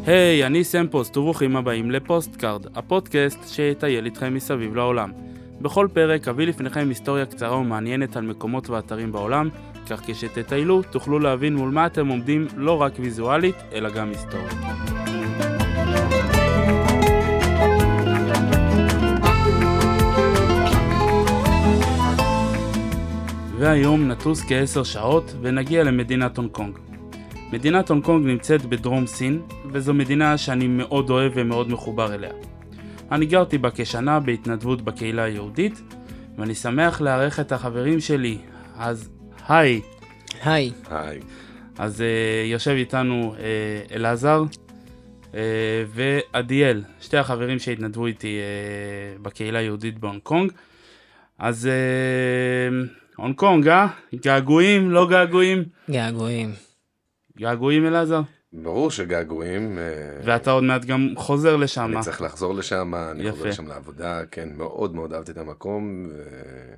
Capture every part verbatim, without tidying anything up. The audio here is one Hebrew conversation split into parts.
היי, אני סם פוסט, וברוכים הבאים לפוסטקארד, הפודקאסט שיטייל איתכם מסביב לעולם. בכל פרק אביא לפניכם היסטוריה קצרה ומעניינת על מקומות ואתרים בעולם, כך כשתטיילו תוכלו להבין מול מה אתם עומדים לא רק ויזואלית, אלא גם היסטורית. והיום נטוס כעשר שעות ונגיע למדינת הונג קונג. מדינת הונג קונג נמצאת בדרום סין, וזו מדינה שאני מאוד אוהב ומאוד מחובר אליה. אני גרתי בה כשנה בהתנדבות בקהילה היהודית, ואני שמח לארח את החברים שלי. אז היי. היי. היי. אז uh, יושב איתנו uh, אלעזר uh, ועדיאל, שתי החברים שהתנדבו איתי uh, בקהילה היהודית בהונג קונג. אז uh, הונג קונג, אה? געגועים, לא געגועים? געגועים. געגועים אלעזר? ברור שגעגועים. ואתה עוד מעט גם חוזר לשם. אני צריך לחזור לשם, אני יפה. חוזר לשם לעבודה, כן, מאוד מאוד אהבתי את המקום. ו...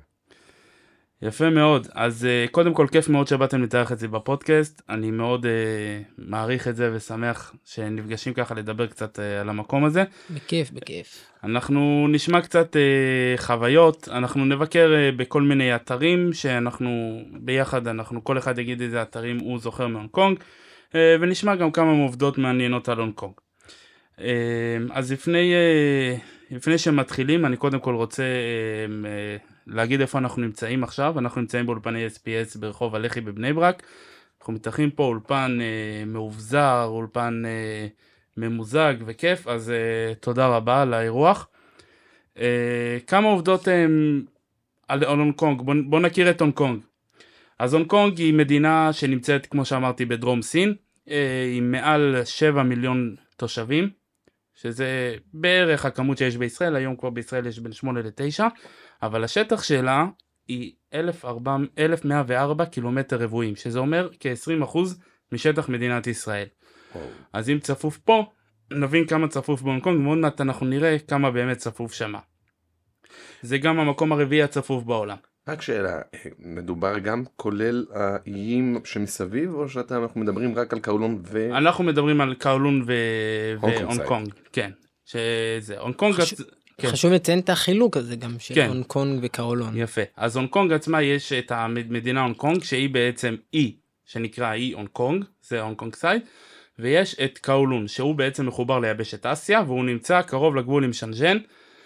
יפה מאוד, אז uh, קודם כל כיף מאוד שבאתם לתארח את זה בפודקאסט, אני מאוד uh, מעריך את זה ושמח שנפגשים ככה לדבר קצת uh, על המקום הזה. בכיף, בכיף. אנחנו נשמע קצת uh, חוויות, אנחנו נבקר uh, בכל מיני אתרים שאנחנו ביחד, אנחנו כל אחד יגיד איזה אתרים הוא זוכר מהונג קונג, uh, ונשמע גם כמה עובדות מעניינות על הונג קונג. Uh, אז לפני, uh, לפני שמתחילים, אני קודם כל רוצה uh, uh, להגיד איפה אנחנו נמצאים עכשיו. אנחנו נמצאים באולפני אס פי אס ברחוב הלח"י בבני ברק. אנחנו מתארחים פה אולפן אה, מאובזר, אולפן אה, ממוזג וכיף, אז אה, תודה רבה על האירוח. אה, כמה עובדות אה, על הונג קונג, בוא, בוא נכיר את הונג קונג. אז הונג קונג היא מדינה שנמצאת, כמו שאמרתי, בדרום סין, אה, עם מעל שבעה מיליון תושבים, שזה בערך הכמות שיש בישראל, היום כבר בישראל יש בין שמונה לתשע, אבל השטח שלה היא אלף מאה וארבע קילומטר רבועים, שזה אומר כ-עשרים אחוז משטח מדינת ישראל. Oh. אז אם צפוף פה, נבין כמה צפוף בהונג קונג, מאוד מעט אנחנו נראה כמה באמת צפוף שמה. זה גם המקום הרביעי הצפוף בעולם. רק שאלה, מדובר גם כולל האיים שמסביב, או שאנחנו מדברים רק על קאולון ו... אנחנו מדברים על קאולון ו... הונג והונג קונג, כן. שזה, הונג קונג... חשוב, כן. חשוב לציין את החילוק הזה גם של כן. הונג קונג וקאולון. יפה. אז הונג קונג עצמה יש את המדינה הונג קונג, שהיא בעצם אי, שנקרא אי הונג קונג, זה הונג קונג סייד, ויש את קאולון, שהוא בעצם מחובר ליבשת אסיה, והוא נמצא קרוב לגבול עם שנז'ן,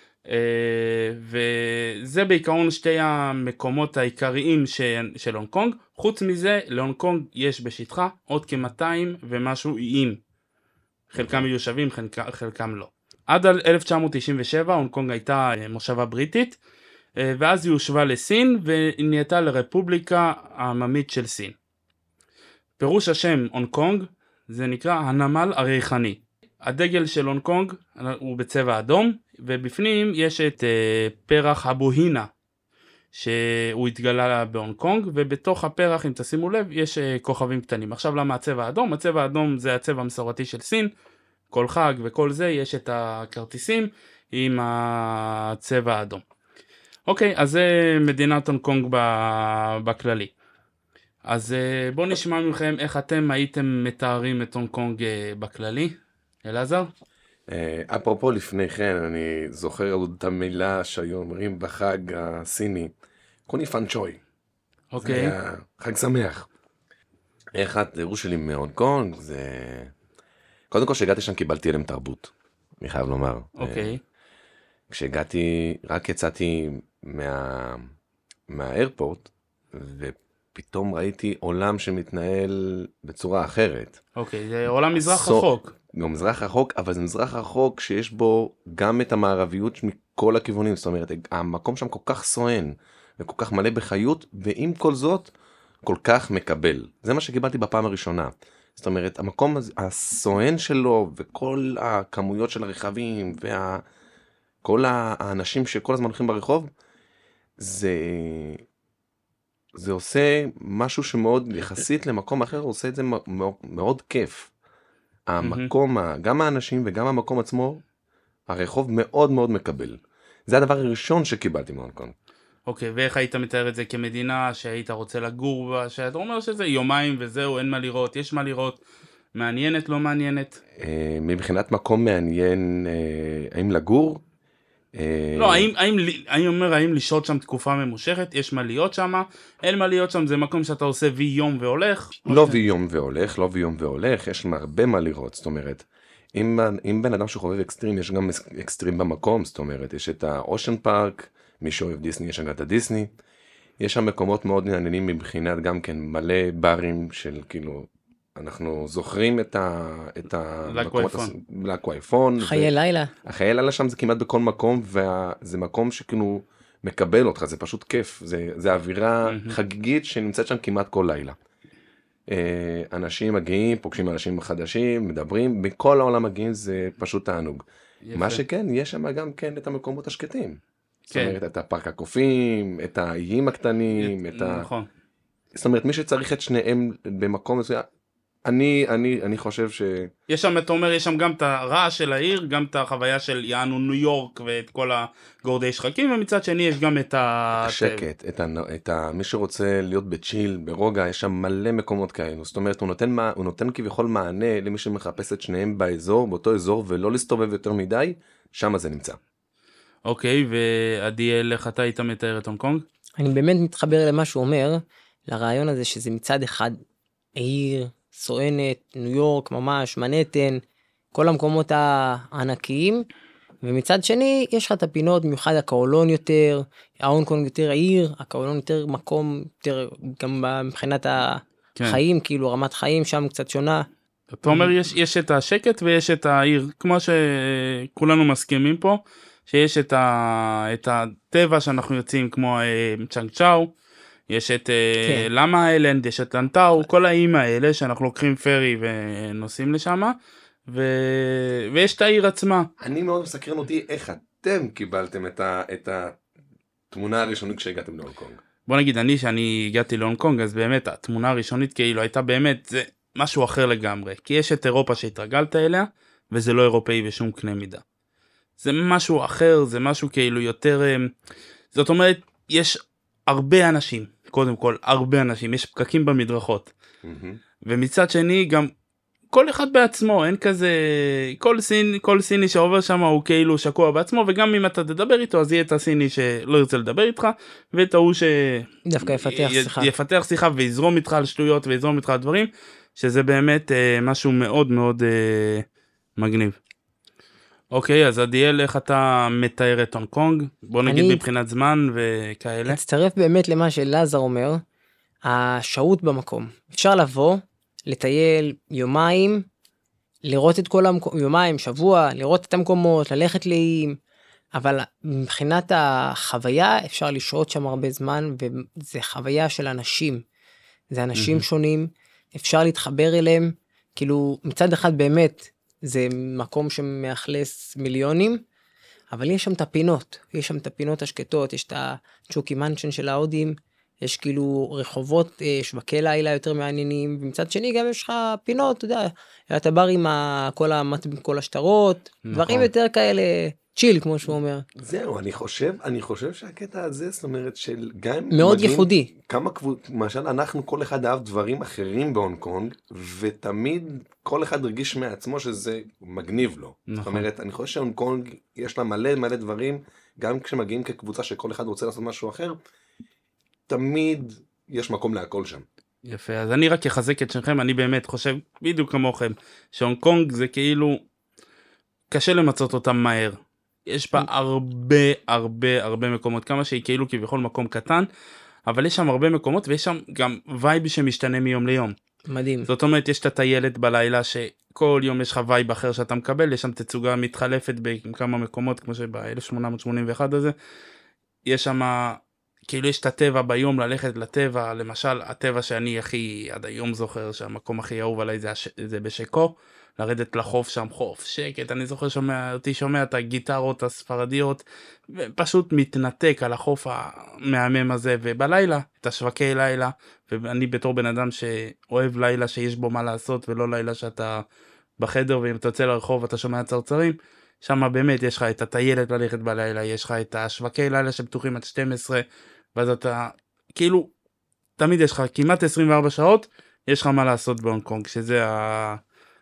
וזה בעיקרון שתי המקומות העיקריים של הונג קונג. חוץ מזה, להונג קונג יש בשטחה עוד כ-מאתיים ומשהו איים, חלקם מיושבים, חלקם לא. עד אלף תשע מאות תשעים ושבע הונג קונג הייתה מושבה בריטית, ואז היא הושבה לסין ונהייתה לרפובליקה העממית של סין. פירוש השם הונג קונג זה נקרא הנמל הריחני. הדגל של הונג קונג הוא בצבע אדום, ובפנים יש את פרח הבוהינה שהוא התגלה בהונג קונג, ובתוך הפרח, אם תשימו לב, יש כוכבים קטנים. עכשיו למה הצבע האדום? הצבע האדום זה הצבע המסורתי של סין, כל חג וכל זה יש את הכרטיסים עם הצבע האדום. אוקיי, אז זה מדינת הונג קונג בכללי. אז בואו נשמע מכם איך אתם הייתם מתארים את הונג קונג בכללי. אלעזר? אפרופו לפני כן, אני זוכר עוד את המילה שהיום אומרים בחג הסיני, קוני פנצ'וי. אוקיי. זה היה חג שמח. איך התיאור שלי מהונג קונג זה... קודם כל שהגעתי שם קיבלתי אלם תרבות, אני חייב לומר. אוקיי. כשהגעתי, רק יצאתי מה... מהאיירפורט, ופתאום ראיתי עולם שמתנהל בצורה אחרת. אוקיי, זה עולם מזרח רחוק. גם מזרח רחוק, אבל זה מזרח רחוק שיש בו גם את המערביות מכל הכיוונים, זאת אומרת, המקום שם כל כך סואן, וכל כך מלא בחיות, ועם כל זאת, כל כך מקבל. זה מה שקיבלתי בפעם הראשונה. זאת אומרת, המקום הסואן שלו, וכל הכמויות של הרכבים, וכל האנשים שכל הזמן הולכים ברחוב, זה, זה עושה משהו שמאוד, יחסית למקום אחר, הוא עושה את זה מאוד, מאוד כיף. המקום, גם האנשים וגם המקום עצמו, הרחוב מאוד מאוד מקבל. זה הדבר הראשון שקיבלתי מהונג קונג. אוקיי, ואיך היית מתאר את זה כמדינה שהיית רוצה לגור בה, שאתה אומר שזה יומיים וזהו, אין מה לראות, יש מה לראות, מעניינת, לא מעניינת? אה, מבחינת מקום מעניין, אה, האם לגור? אה, לא, האם, האם, אני אומר, האם לשהות שם תקופה ממושכת, יש מה להיות שם, אין מה להיות שם, זה מקום שאתה עושה וי יום והולך? לא וי יום והולך, לא וי יום והולך, יש שם הרבה מה לראות, זאת אומרת, אם, אם בן אדם שחובב אקסטרים, יש גם אקסטרים במקום, זאת אומרת, יש את האושן פארק, מי שאוהב דיסני, יש שם את הדיסני, יש שם מקומות מאוד מעניינים מבחינת גם כן מלא ברים של כאילו, אנחנו זוכרים את ה... את המקומות... לאקווייפון. חיי לילה. החיי לילה שם זה כמעט בכל מקום, וזה מקום שכאילו מקבל אותך, זה פשוט כיף, זה, זה אווירה חגיגית שנמצאת שם כמעט כל לילה. אנשים מגיעים, פוגשים אנשים חדשים, מדברים, בכל העולם מגיעים, זה פשוט תענוג. יפה. מה שכן, יש שם גם כן את המקומות השקטים. כן. זאת אומרת, את הפארק הקופים, את האיים הקטנים, את ה... נכון. זאת אומרת, מי שצריך את שניהם במקום מסוים, אני, אני, אני חושב ש... יש שם, אתה אומר, יש שם גם את הרעש של העיר, גם את החוויה של יענו ניו יורק ואת כל הגורדי שחקים, ומצד שני יש גם את ה... השקט, את ה... את ה... מי שרוצה להיות בצ'יל, ברוגע, יש שם מלא מקומות כאלו. זאת אומרת, הוא נותן, מה... הוא נותן כביכול מענה למי שמחפש את שניהם באזור, באותו אזור, ולא להסתובב יותר מדי, שם זה נמצא. אוקיי, ועדיאל, איך אתה היית מתאר את הונג קונג? אני באמת מתחבר למה שהוא אומר, לרעיון הזה שזה מצד אחד העיר, סואנת, ניו יורק ממש, מנהטן, כל המקומות הענקיים, ומצד שני יש לך את הפינות, במיוחד הקאולון יותר, ההונג קונג יותר העיר, הקאולון יותר מקום, יותר גם מבחינת החיים, כן. כאילו רמת חיים שם קצת שונה. אתה אומר יש, יש את השקט ויש את העיר, כמו שכולנו מסכימים פה, שיש את, ה, את הטבע שאנחנו יוצאים כמו צ'אנג צ'או, יש את כן. למה איילנד, יש את לנטאו, כל האיים האלה שאנחנו לוקחים פרי ונוסעים לשם, ו... ויש את העיר עצמה. אני מאוד מסקרן אותי איך אתם קיבלתם את, ה... את התמונה הראשונית כשהגעתם להונג קונג. בוא נגיד, אני שאני הגעתי להונג קונג, אז באמת התמונה הראשונית כאילו הייתה באמת זה משהו אחר לגמרי, כי יש את אירופה שהתרגלת אליה, וזה לא אירופאי בשום קנה מידה. זה משהו אחר, זה משהו כאילו יותר, זאת אומרת, יש הרבה אנשים, קודם כל, הרבה אנשים, יש פקקים במדרכות, mm-hmm. ומצד שני גם כל אחד בעצמו, אין כזה, כל סיני, כל סיני שעובר שם הוא כאילו שקוע בעצמו, וגם אם אתה תדבר איתו, אז יהיה את הסיני שלא ירצה לדבר איתך, ואת ההוא ש... דווקא יפתח י... שיחה. יפתח שיחה ויזרום איתך על שטויות, ויזרום איתך על דברים, שזה באמת אה, משהו מאוד מאוד אה, מגניב. אוקיי, אז עדיאל, איך אתה מתאר את הונג קונג? בוא נגיד אני... מבחינת זמן וכאלה. תצטרף באמת למה שלאזר אומר, השהות במקום. אפשר לבוא, לטייל יומיים, לראות את כל המקומות, יומיים, שבוע, לראות את המקומות, ללכת לאיים, אבל מבחינת החוויה אפשר לשהות שם הרבה זמן, וזה חוויה של אנשים, זה אנשים mm-hmm. שונים, אפשר להתחבר אליהם, כאילו מצד אחד באמת, זה מקום שמאכלס מיליונים, אבל יש שם את הפינות, יש שם את הפינות השקטות, יש את הצ'וקי מנשן של ההודים, יש כאילו רחובות, שווקי לילה יותר מעניינים, ומצד שני גם יש לך פינות, אתה יודע, אתה בר עם כל, המת... כל השטרות, נכון. דברים יותר כאלה, צ'יל כמו שהוא אומר. זהו, אני חושב, אני חושב שהקטע הזה, זאת אומרת, של גם... מאוד מדהים, ייחודי. כמה קבוצות, למשל, אנחנו כל אחד אהב דברים אחרים בהונג קונג, ותמיד כל אחד הרגיש מעצמו שזה מגניב לו. נכון. זאת אומרת, אני חושב שהונג קונג יש לה מלא מלא דברים, גם כשמגיעים כקבוצה שכל אחד רוצה לעשות משהו אחר, תמיד יש מקום להכל שם. יפה, אז אני רק אחזק את שלכם, אני באמת חושב בדיוק כמוכם, שהונג קונג זה כאילו קשה למצות אותם מהר. יש בה הרבה הרבה הרבה מקומות, כמה שהיא כאילו כביכול מקום קטן, אבל יש שם הרבה מקומות ויש שם גם וייב שמשתנה מיום ליום. מדהים. זאת אומרת, יש את הטיילת בלילה שכל יום יש לך וייב אחר שאתה מקבל, יש שם תצוגה מתחלפת בכמה מקומות, כמו שב-אלף שמונה מאות שמונים ואחת הזה, יש שם... כאילו יש את הטבע ביום ללכת לטבע, למשל הטבע שאני הכי עד היום זוכר שהמקום הכי אהוב עליי זה, הש... זה בשקו, לרדת לחוף שם, חוף שקט, אני זוכר שומע, אותי שומע את הגיטרות הספרדיות, ופשוט מתנתק על החוף המהמם הזה, ובלילה, את השווקי לילה, ואני בתור בן אדם שאוהב לילה שיש בו מה לעשות, ולא לילה שאתה בחדר, ואם אתה יוצא לרחוב אתה שומע צרצרים, שם באמת יש לך את הטיילת ללכת בלילה, יש לך את השווקי לילה שפתוחים עד שתים עשרה, ואז אתה, כאילו, תמיד יש לך כמעט עשרים וארבע שעות, יש לך מה לעשות בהונג קונג, שזה ה...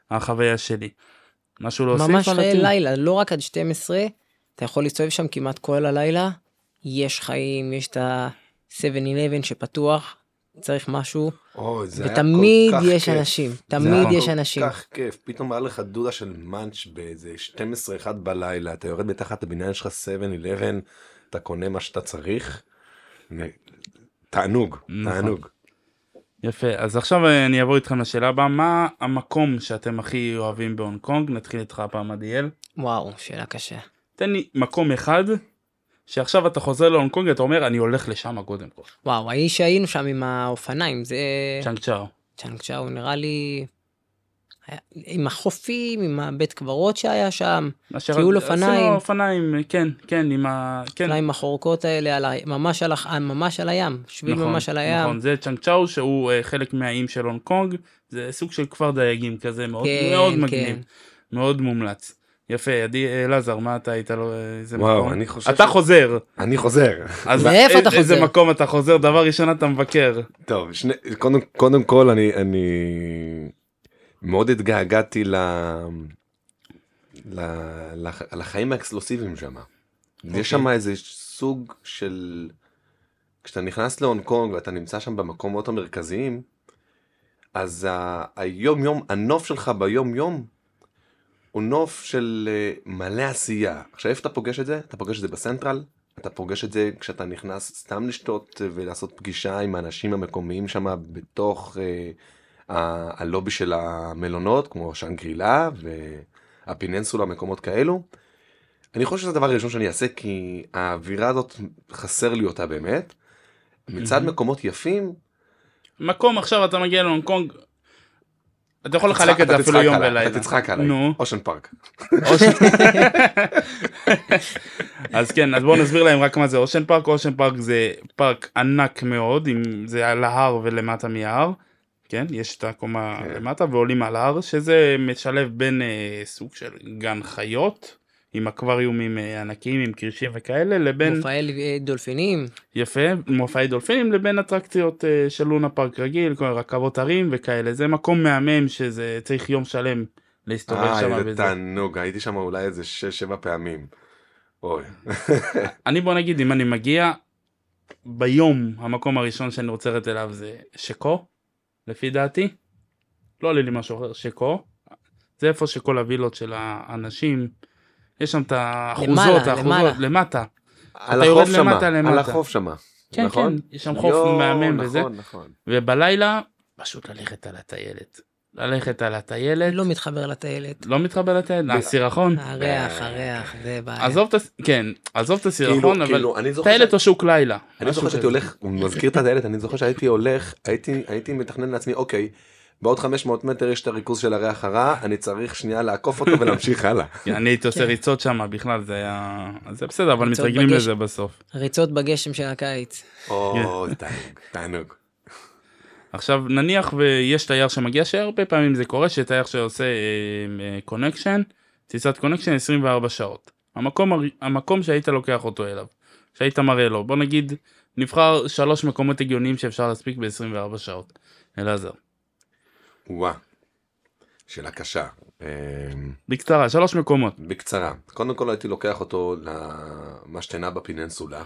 החוויה שלי. משהו להוסיף ממש על חיי הטים? לילה, לא רק עד שתים עשרה, אתה יכול להסתובב שם כמעט כל הלילה, יש חיים, יש את ה-שבע אלף שפתוח, צריך משהו, אוי, זה היה ותמיד כל כך יש כיף. אנשים, זה תמיד היה יש אנשים. כל כך כיף, פתאום היה לך דודה של מאנץ' באיזה שתים עשרה אחת בלילה, אתה יורד מתחת לבניין שלך שבע אלף, אתה קונה מה שאתה צריך, ו- תענוג, נכון. תענוג. יפה, אז עכשיו אני אעבור איתכם לשאלה הבאה, מה המקום שאתם הכי אוהבים בהונג קונג? נתחיל איתך הפעם עדיאל. וואו, שאלה קשה. תן לי מקום אחד, שעכשיו אתה חוזר להונג קונג, אתה אומר, אני הולך לשם קודם כל. וואו, האיש שהיינו שם עם האופניים, זה... צ'אנג צ'או. צ'אנג צ'או, נראה לי... היה- עם החופים, עם הבית קברות שהיה שם, טיול אופניים. עשינו אופניים, כן, כן, עם ה... כן. אופניים החורקות האלה, על ה... ממש, על ה... ממש על הים, שביל נכון, ממש על הים. נכון, זה צ'אנג צ'או שהוא uh, חלק מהאיים של הונג קונג, זה סוג של כפר דייגים כזה, מאוד, כן, מאוד כן. מגניב, מאוד מומלץ. יפה, עדי אלעזר, מה אתה היית לו איזה וואו, מקום? אני חושב אתה ש- חוזר, אני חוזר. אז מאיפה א- אתה איזה חוזר? מקום אתה חוזר? דבר ראשון אתה מבקר. טוב, שני, קודם, קודם כל אני, אני מאוד התגעגעתי ל... ל... לח... לחיים האקסקלוסיביים שם. אוקיי. יש שם איזה סוג של... כשאתה נכנס להונג קונג ואתה נמצא שם במקומות המרכזיים, אז ה... היום יום, הנוף שלך ביום יום, הוא נוף של אה, מלא עשייה. עכשיו איפה אתה פוגש את זה? אתה פוגש את זה בסנטרל, אתה פוגש את זה כשאתה נכנס סתם לשתות ולעשות פגישה עם האנשים המקומיים שם בתוך אה, ה- הלובי של המלונות, כמו שאנגרילה והפיננסולה, מקומות כאלו. אני חושב שזה הדבר הראשון שאני אעשה, כי האווירה הזאת חסר לי אותה באמת. מצד מקומות יפים, מקום עכשיו אתה מגיע להונג קונג, אתה יכול תצחק- לחלק את זה אתה אפילו תצחק יום עליי, ולילה. אתה תצחק עליי, נו. אושן פארק. אושן- אז כן, אז בואו נסביר להם רק מה זה אושן פארק. אושן פארק זה פארק ענק מאוד, עם- זה על ההר ולמטה מההר, כן, יש את הקומה כן. למטה ועולים על ההר, שזה משלב בין אה, סוג של גן חיות, עם אקווריומים אה, ענקיים, עם קרישים וכאלה, לבין, מופעי דולפינים, יפה, מופעי דולפינים, לבין אטרקציות אה, של לונה פארק רגיל, כל רכבות הרים וכאלה. זה מקום מהמם שזה צריך יום שלם להסתובב אה, שם איזה וזה. תענוג, הייתי שם אולי איזה שש שבע פעמים. אוי. אני בוא נגיד, אם אני מגיע ביום, המקום הראשון שאני רוצה לרדת אליו זה שקו, לפי דעתי. לא עולה לי משהו אחר, שקו. זה איפה שכל הווילות של האנשים, יש שם את האחוזות, למעלה, האחוזות, למעלה. למטה. על יורד החוף שמה, למטה, על למטה. החוף שמה. כן, נכון? כן, יש שם חוף יו, מהמם נכון, וזה. נכון. ובלילה, פשוט ללכת על הטיילת. ללכת על הטיילת. לא מתחבר לטיילת. לא מתחבר לטיילת, הסירחון. הריח, הריח, זה בעיה. עזוב את הס... כן, עזוב את הסירחון, כאילו, אבל כאילו, אני זוכר טיילת ש- או שוק לילה. אני משהו זוכר שהייתי כזה. הולך, הוא מזכיר את הטיילת, אני זוכר שהייתי הולך, הייתי הייתי מתכנן לעצמי, אוקיי, בעוד חמש מאות מטר יש את הריכוז של הריח הרע, אני צריך שנייה לעקוף אותו ולהמשיך הלאה. אני הייתי עושה ריצות שם בכלל, זה היה... אז זה בסדר, אבל ריצות מתרגלים בגשם. לזה בסוף. ריצות בגשם של הקיץ. או, תענוג, תענוג. עכשיו נניח ויש תייר שמגיע, שהרבה פעמים זה קורה, שתייר שעושה קונקשן, טיסת קונקשן עשרים וארבע שעות. המקום, הר- המקום שהיית לוקח אותו אליו, שהיית מראה לו, בוא נגיד, נבחר שלוש מקומות הגיוניים שאפשר להספיק ב-עשרים וארבע שעות. אלעזר. וואה, שאלה קשה. אמ, בקצרה, שלוש מקומות. בקצרה, קודם כל הייתי לוקח אותו למשתנה בפיננסולה.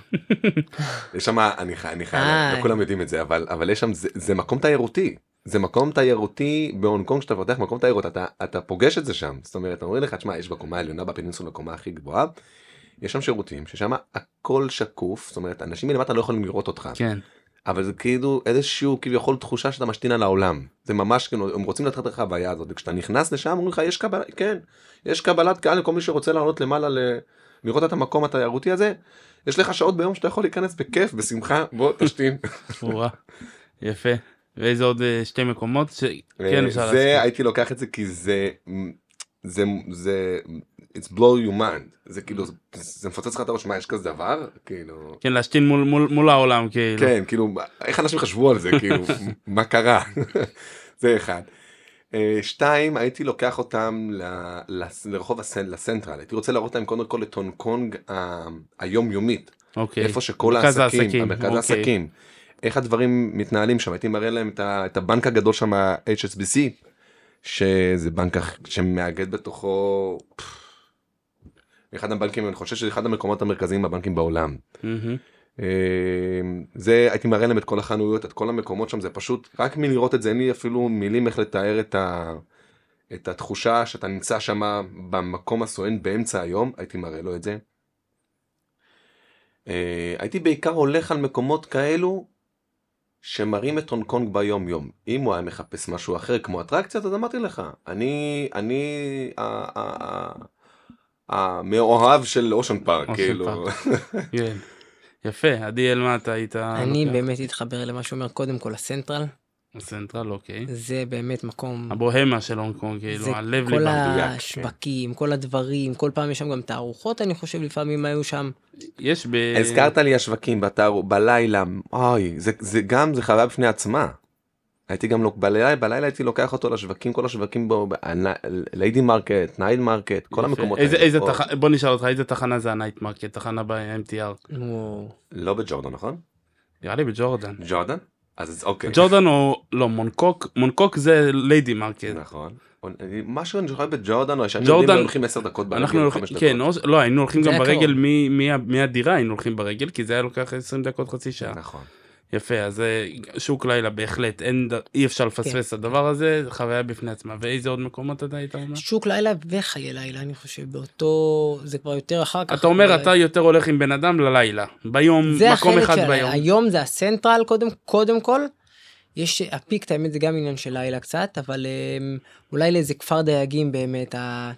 יש שם, אני חי- אני חייב, אה. לא כולם יודעים את זה, אבל אבל יש שם, זה- זה מקום תיירותי. זה מקום תיירותי בהונג קונג, שאתה פותח מקום תיירות, אתה אתה פוגש את זה שם. זאת אומרת, אומרים לך, תשמע, יש בקומה העליונה בפנינסולה, הקומה הכי גבוהה, יש שם שירותים ששם הכל שקוף, זאת אומרת, אנשים מלמטה לא יכולים לראות אותך. כן. אבל זה כאילו איזשהו כביכול תחושה שאתה משתין על העולם. זה ממש כאילו, הם רוצים לתת לך הבעיה הזאת, וכשאתה נכנס לשם אומרים לך, יש קבלה, כן, יש קבלת קהל לכל מי שרוצה לעלות למעלה ל... לראות את המקום התיירותי הזה, יש לך שעות ביום שאתה יכול להיכנס בכיף, בשמחה, בוא תשתין. סבורה. יפה. ואיזה עוד אה, שתי מקומות שכן אפשר זה להספיק. הייתי לוקח את זה כי זה, זה, זה, it's blow you mind, זה כאילו, זה מפוצץ לך את הראש, מה יש כזה דבר? כאילו... כן, להשתין מול, מול, מול העולם, כאילו. כן, כאילו, איך אנשים חשבו על זה, כאילו, מה קרה? זה אחד. אה, שתיים, הייתי לוקח אותם ל- ל- לרחוב הסנ- לסנטרל, הייתי רוצה להראות להם קודם כל את הונג קונג ה- היומיומית, אוקיי. איפה שכל מרכז העסקים, העסקים, המרכז אוקיי. העסקים, איך הדברים מתנהלים שם, הייתי מראה להם את ה- את הבנק הגדול שם, ה-אייץ' אס בי סי, שזה בנק שמאגד בתוכו, אחד הבנקים, אני חושב שזה אחד המקומות המרכזיים בבנקים בעולם. זה, הייתי מראה להם את כל החנויות, את כל המקומות שם, זה פשוט, רק מלראות את זה, אין לי אפילו מילים איך לתאר את ה... את התחושה שאתה נמצא שם במקום הסואן באמצע היום, הייתי מראה לו את זה. הייתי בעיקר הולך על מקומות כאלו, שמראים את הונג קונג ביום יום. אם הוא היה מחפש משהו אחר כמו אטרקציות, אז אמרתי לך, אני, אני, המאוהב של אושן פארק, כאילו. יפה, עדי אלמה אתה היית... אני באמת התחבר למה שאומר קודם כל הסנטרל. הסנטרל, אוקיי. זה באמת מקום... הבוהמה של הונג קונג, כאילו, הלב כל ליבה. השווקים, כל הדברים, כל פעם יש שם גם תערוכות, אני חושב, לפעמים היו שם. יש ב... הזכרת לי השווקים בתערוכות, בלילה, אוי, זה, זה גם, זה חוויה בפני עצמה. הייתי גם, בלילה, בלילה הייתי לוקח אותו לשווקים, כל השווקים בו, ליידי מרקט, נייט מרקט, כל המקומות האלה. איזה תחנה, בוא נשאל אותך, איזה תחנה זה הנייט מרקט, תחנה ב-אם טי אר? לא בג'ורדן, נכון? נראה לי בג'ורדן. ג'ורדן? אז אוקיי. ג'ורדן או לא, מונקוק, מונקוק זה ליידי מרקט. נכון. משהו אני זוכר בג'ורדן, או שאני יודעים הולכים עשר דקות ברגל, חמש דקות. כן, לא, היינו הולכים גם ברגל מהדירה, היינו הולכים ברגל, כי זה היה לוקח עשרים דקות, חצי שעה. נכון. יפה, אז שוק לילה בהחלט, אי אפשר לפספס את הדבר הזה, זה חוויה בפני עצמה. ואיזה עוד מקומות אתה היית אומר? שוק לילה וחיי לילה, אני חושב, באותו, זה כבר יותר אחר כך. אתה אומר, אתה יותר הולך עם בן אדם ללילה, ביום, מקום אחד ביום. היום זה הסנטרל, קודם כל, יש הפיק, האמת זה גם עניין של לילה קצת, אבל אולי לאיזה כפר דייגים באמת,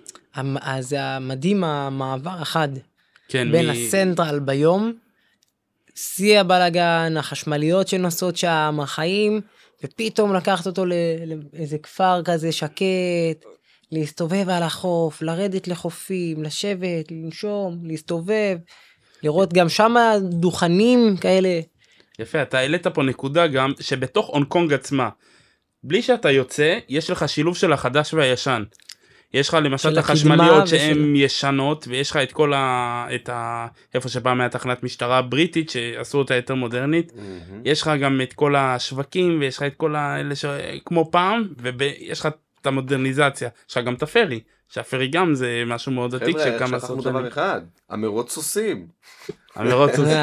אז המדהים המעבר אחד, בין הסנטרל ביום, שיא הבלגן, החשמליות שנוסעות שם, החיים, ופתאום לקחת אותו לאיזה כפר כזה שקט, להסתובב על החוף, לרדת לחופים, לשבת, לנשום, להסתובב, לראות גם שם דוכנים כאלה. יפה, אתה העלית פה נקודה גם, שבתוך הונג קונג עצמה, בלי שאתה יוצא, יש לך שילוב של החדש והישן. יש לך למשל את החשמליות שהן ישנות, ויש לך את כל ה... את ה... איפה שפעם היה תחנת משטרה בריטית, שעשו אותה יותר מודרנית. יש לך גם את כל השווקים, ויש לך את כל האלה ש... כמו פעם, ויש לך את המודרניזציה. יש לך גם את הפרי, שהפרי גם זה משהו מאוד עתיק של כמה עשרות שנים. דבר אחד, המרוץ סוסים. המרוץ סוסים.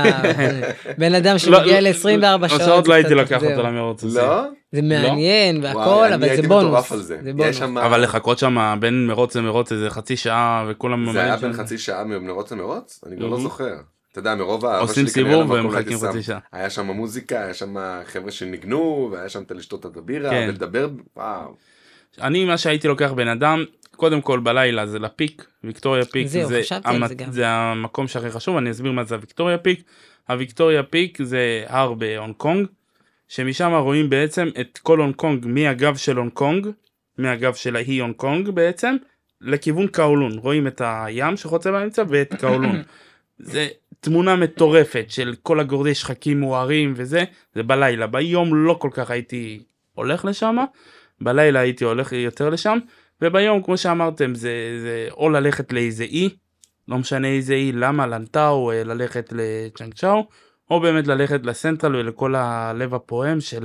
בן אדם שמגיע ל-עשרים וארבע שעות. שעוד לא הייתי לקח אותו למרוץ סוסים. לא? זה מעניין והכל, אבל זה בונוס. זה בונוס. אבל לחכות שם בין מרוץ למרוץ איזה חצי שעה וכולם... זה היה בין חצי שעה ממרוץ למרוץ? אני גם לא זוכר. אתה יודע, מרוב האהבה עושים סיבוב והם מחכים חצי שעה. היה שם מוזיקה, היה שם חבר'ה שניגנו, והיה שם לשתות את הבירה ולדבר, וואו. אני מה שהייתי לוקח בן אדם, קודם כל בלילה זה לפיק, ויקטוריה פיק זהו, זה, המת... זה, זה המקום שהכי חשוב, אני אסביר מה זה הוויקטוריה פיק. הוויקטוריה פיק זה הר בהונג קונג, שמשם רואים בעצם את כל הונג קונג, מהגב של הונג קונג, מהגב של ההיא הונג קונג בעצם, לכיוון קאולון, רואים את הים שחוצה באמצע ואת קאולון. זה תמונה מטורפת של כל הגורדי שחקים מוארים וזה, זה בלילה, ביום לא כל כך הייתי הולך לשם, בלילה הייתי הולך יותר לשם, וביום, כמו שאמרתם, זה, זה או ללכת לאיזה אי, לא משנה איזה אי, למה, לנטאו, ללכת לצ'אנג צ'או, או באמת ללכת לסנטרל ולכל הלב הפועם של,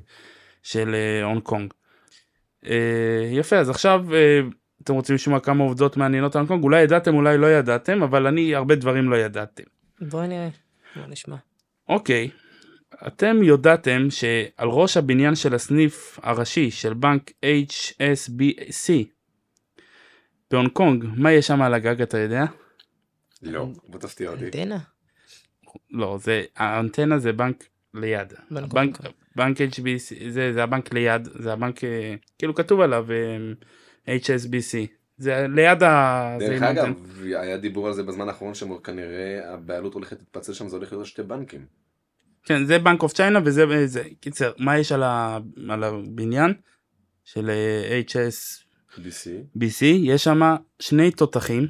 של הונג קונג. יפה, אז עכשיו אתם רוצים לשמוע כמה עובדות מעניינות על הונג קונג, אולי ידעתם, אולי לא ידעתם, אבל אני הרבה דברים לא ידעתם. בואי נראה, בוא נשמע. אוקיי. אתם יודעתם שעל ראש הבניין של הסניף הראשי של בנק אייץ' אס בי סי בהונג קונג, מה יש שם על הגג, אתה יודע? לא, בוא תפתיע אותי. אנטנה? לא, זה, האנטנה זה בנק ליד. בנק, בנק אייץ' בי סי, זה, זה הבנק ליד, זה הבנק, כאילו כתוב עליו אייץ' אס בי סי. זה ליד ה... דרך אגב, היה דיבור על זה בזמן האחרון שכנראה הבעלות הולכת להתפצל שם, זה הולך להיות שתי בנקים. כן, זה בנק אוף צ'יינה וזה, זה, קיצר, מה יש על, ה, על הבניין של אייץ' אס בי סי? יש שם שני תותחים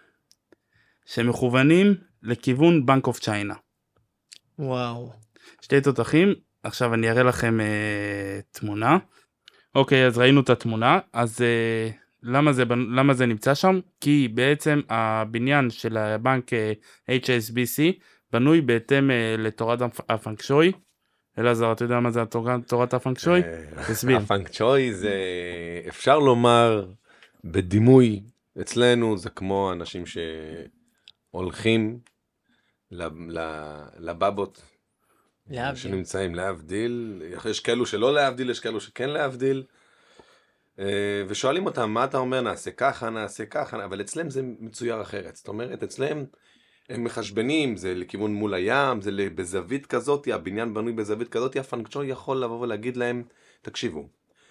שמכוונים לכיוון בנק אוף צ'יינה. וואו. שתי תותחים, עכשיו אני אראה לכם אה, תמונה. אוקיי, אז ראינו את התמונה, אז אה, למה, זה, למה זה נמצא שם? כי בעצם הבניין של הבנק אה, אייץ' אס בי סי בנוי בהתאם uh, לתורת הפנקשוי, אלעזר, אתה יודע מה זה התורה- תורת הפנקשוי? תסביר. הפנקצ'וי זה, אפשר לומר, בדימוי, אצלנו זה כמו אנשים שהולכים לב- ל- לבבות, להבדיל. שנמצאים להבדיל, יש כאלו שלא להבדיל, יש כאלו שכן להבדיל, אה, ושואלים אותם, מה אתה אומר, נעשה ככה, נעשה ככה, אבל אצלם זה מצויר אחרת, זאת אומרת, אצלם הם מחשבנים, זה לכיוון מול הים, זה בזווית כזאת, הבניין בנוי בזווית כזאת, הפנקצ'וי יכול לבוא ולהגיד להם, תקשיבו,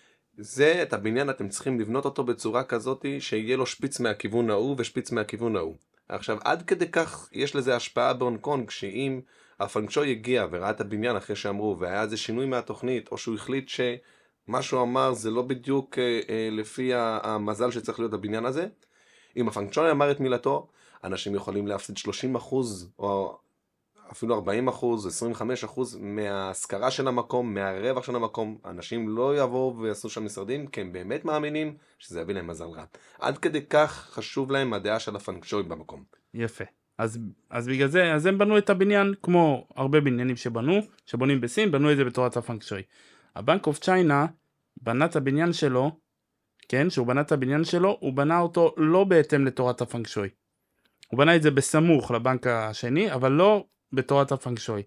זה, את הבניין אתם צריכים לבנות אותו בצורה כזאת, שיהיה לו שפיץ מהכיוון ההוא ושפיץ מהכיוון ההוא. עכשיו, עד כדי כך יש לזה השפעה בהונג קונג, שאם הפנקצ'וי הגיע וראה את הבניין אחרי שאמרו, והיה איזה שינוי מהתוכנית, או שהוא החליט שמה שהוא אמר זה לא בדיוק אה, אה, לפי המזל שצריך להיות הבניין הזה, אם הפנקצ'וי אמר את מילתו, אנשים יכולים להפסיד שלושים אחוז, או אפילו ארבעים אחוז, עשרים וחמישה אחוז מההשכרה של המקום, מהרווח של המקום. אנשים לא יבואו ויעשו שם משרדים, כי הם באמת מאמינים שזה יביא להם מזל רע. עד כדי כך חשוב להם הדעה של הפנקצ'וי במקום. יפה. אז, אז בגלל זה, אז הם בנו את הבניין, כמו הרבה בניינים שבנו, שבונים בסין, בנו את זה בתורת הפנקשוי. הבנק אוף צ'יינה בנה את הבניין שלו, כן, שהוא בנה את הבניין שלו, הוא בנה אותו לא בהתאם לתורת הפנקשוי. הוא בנה את זה בסמוך לבנק השני, אבל לא בתורת הפנקשוי.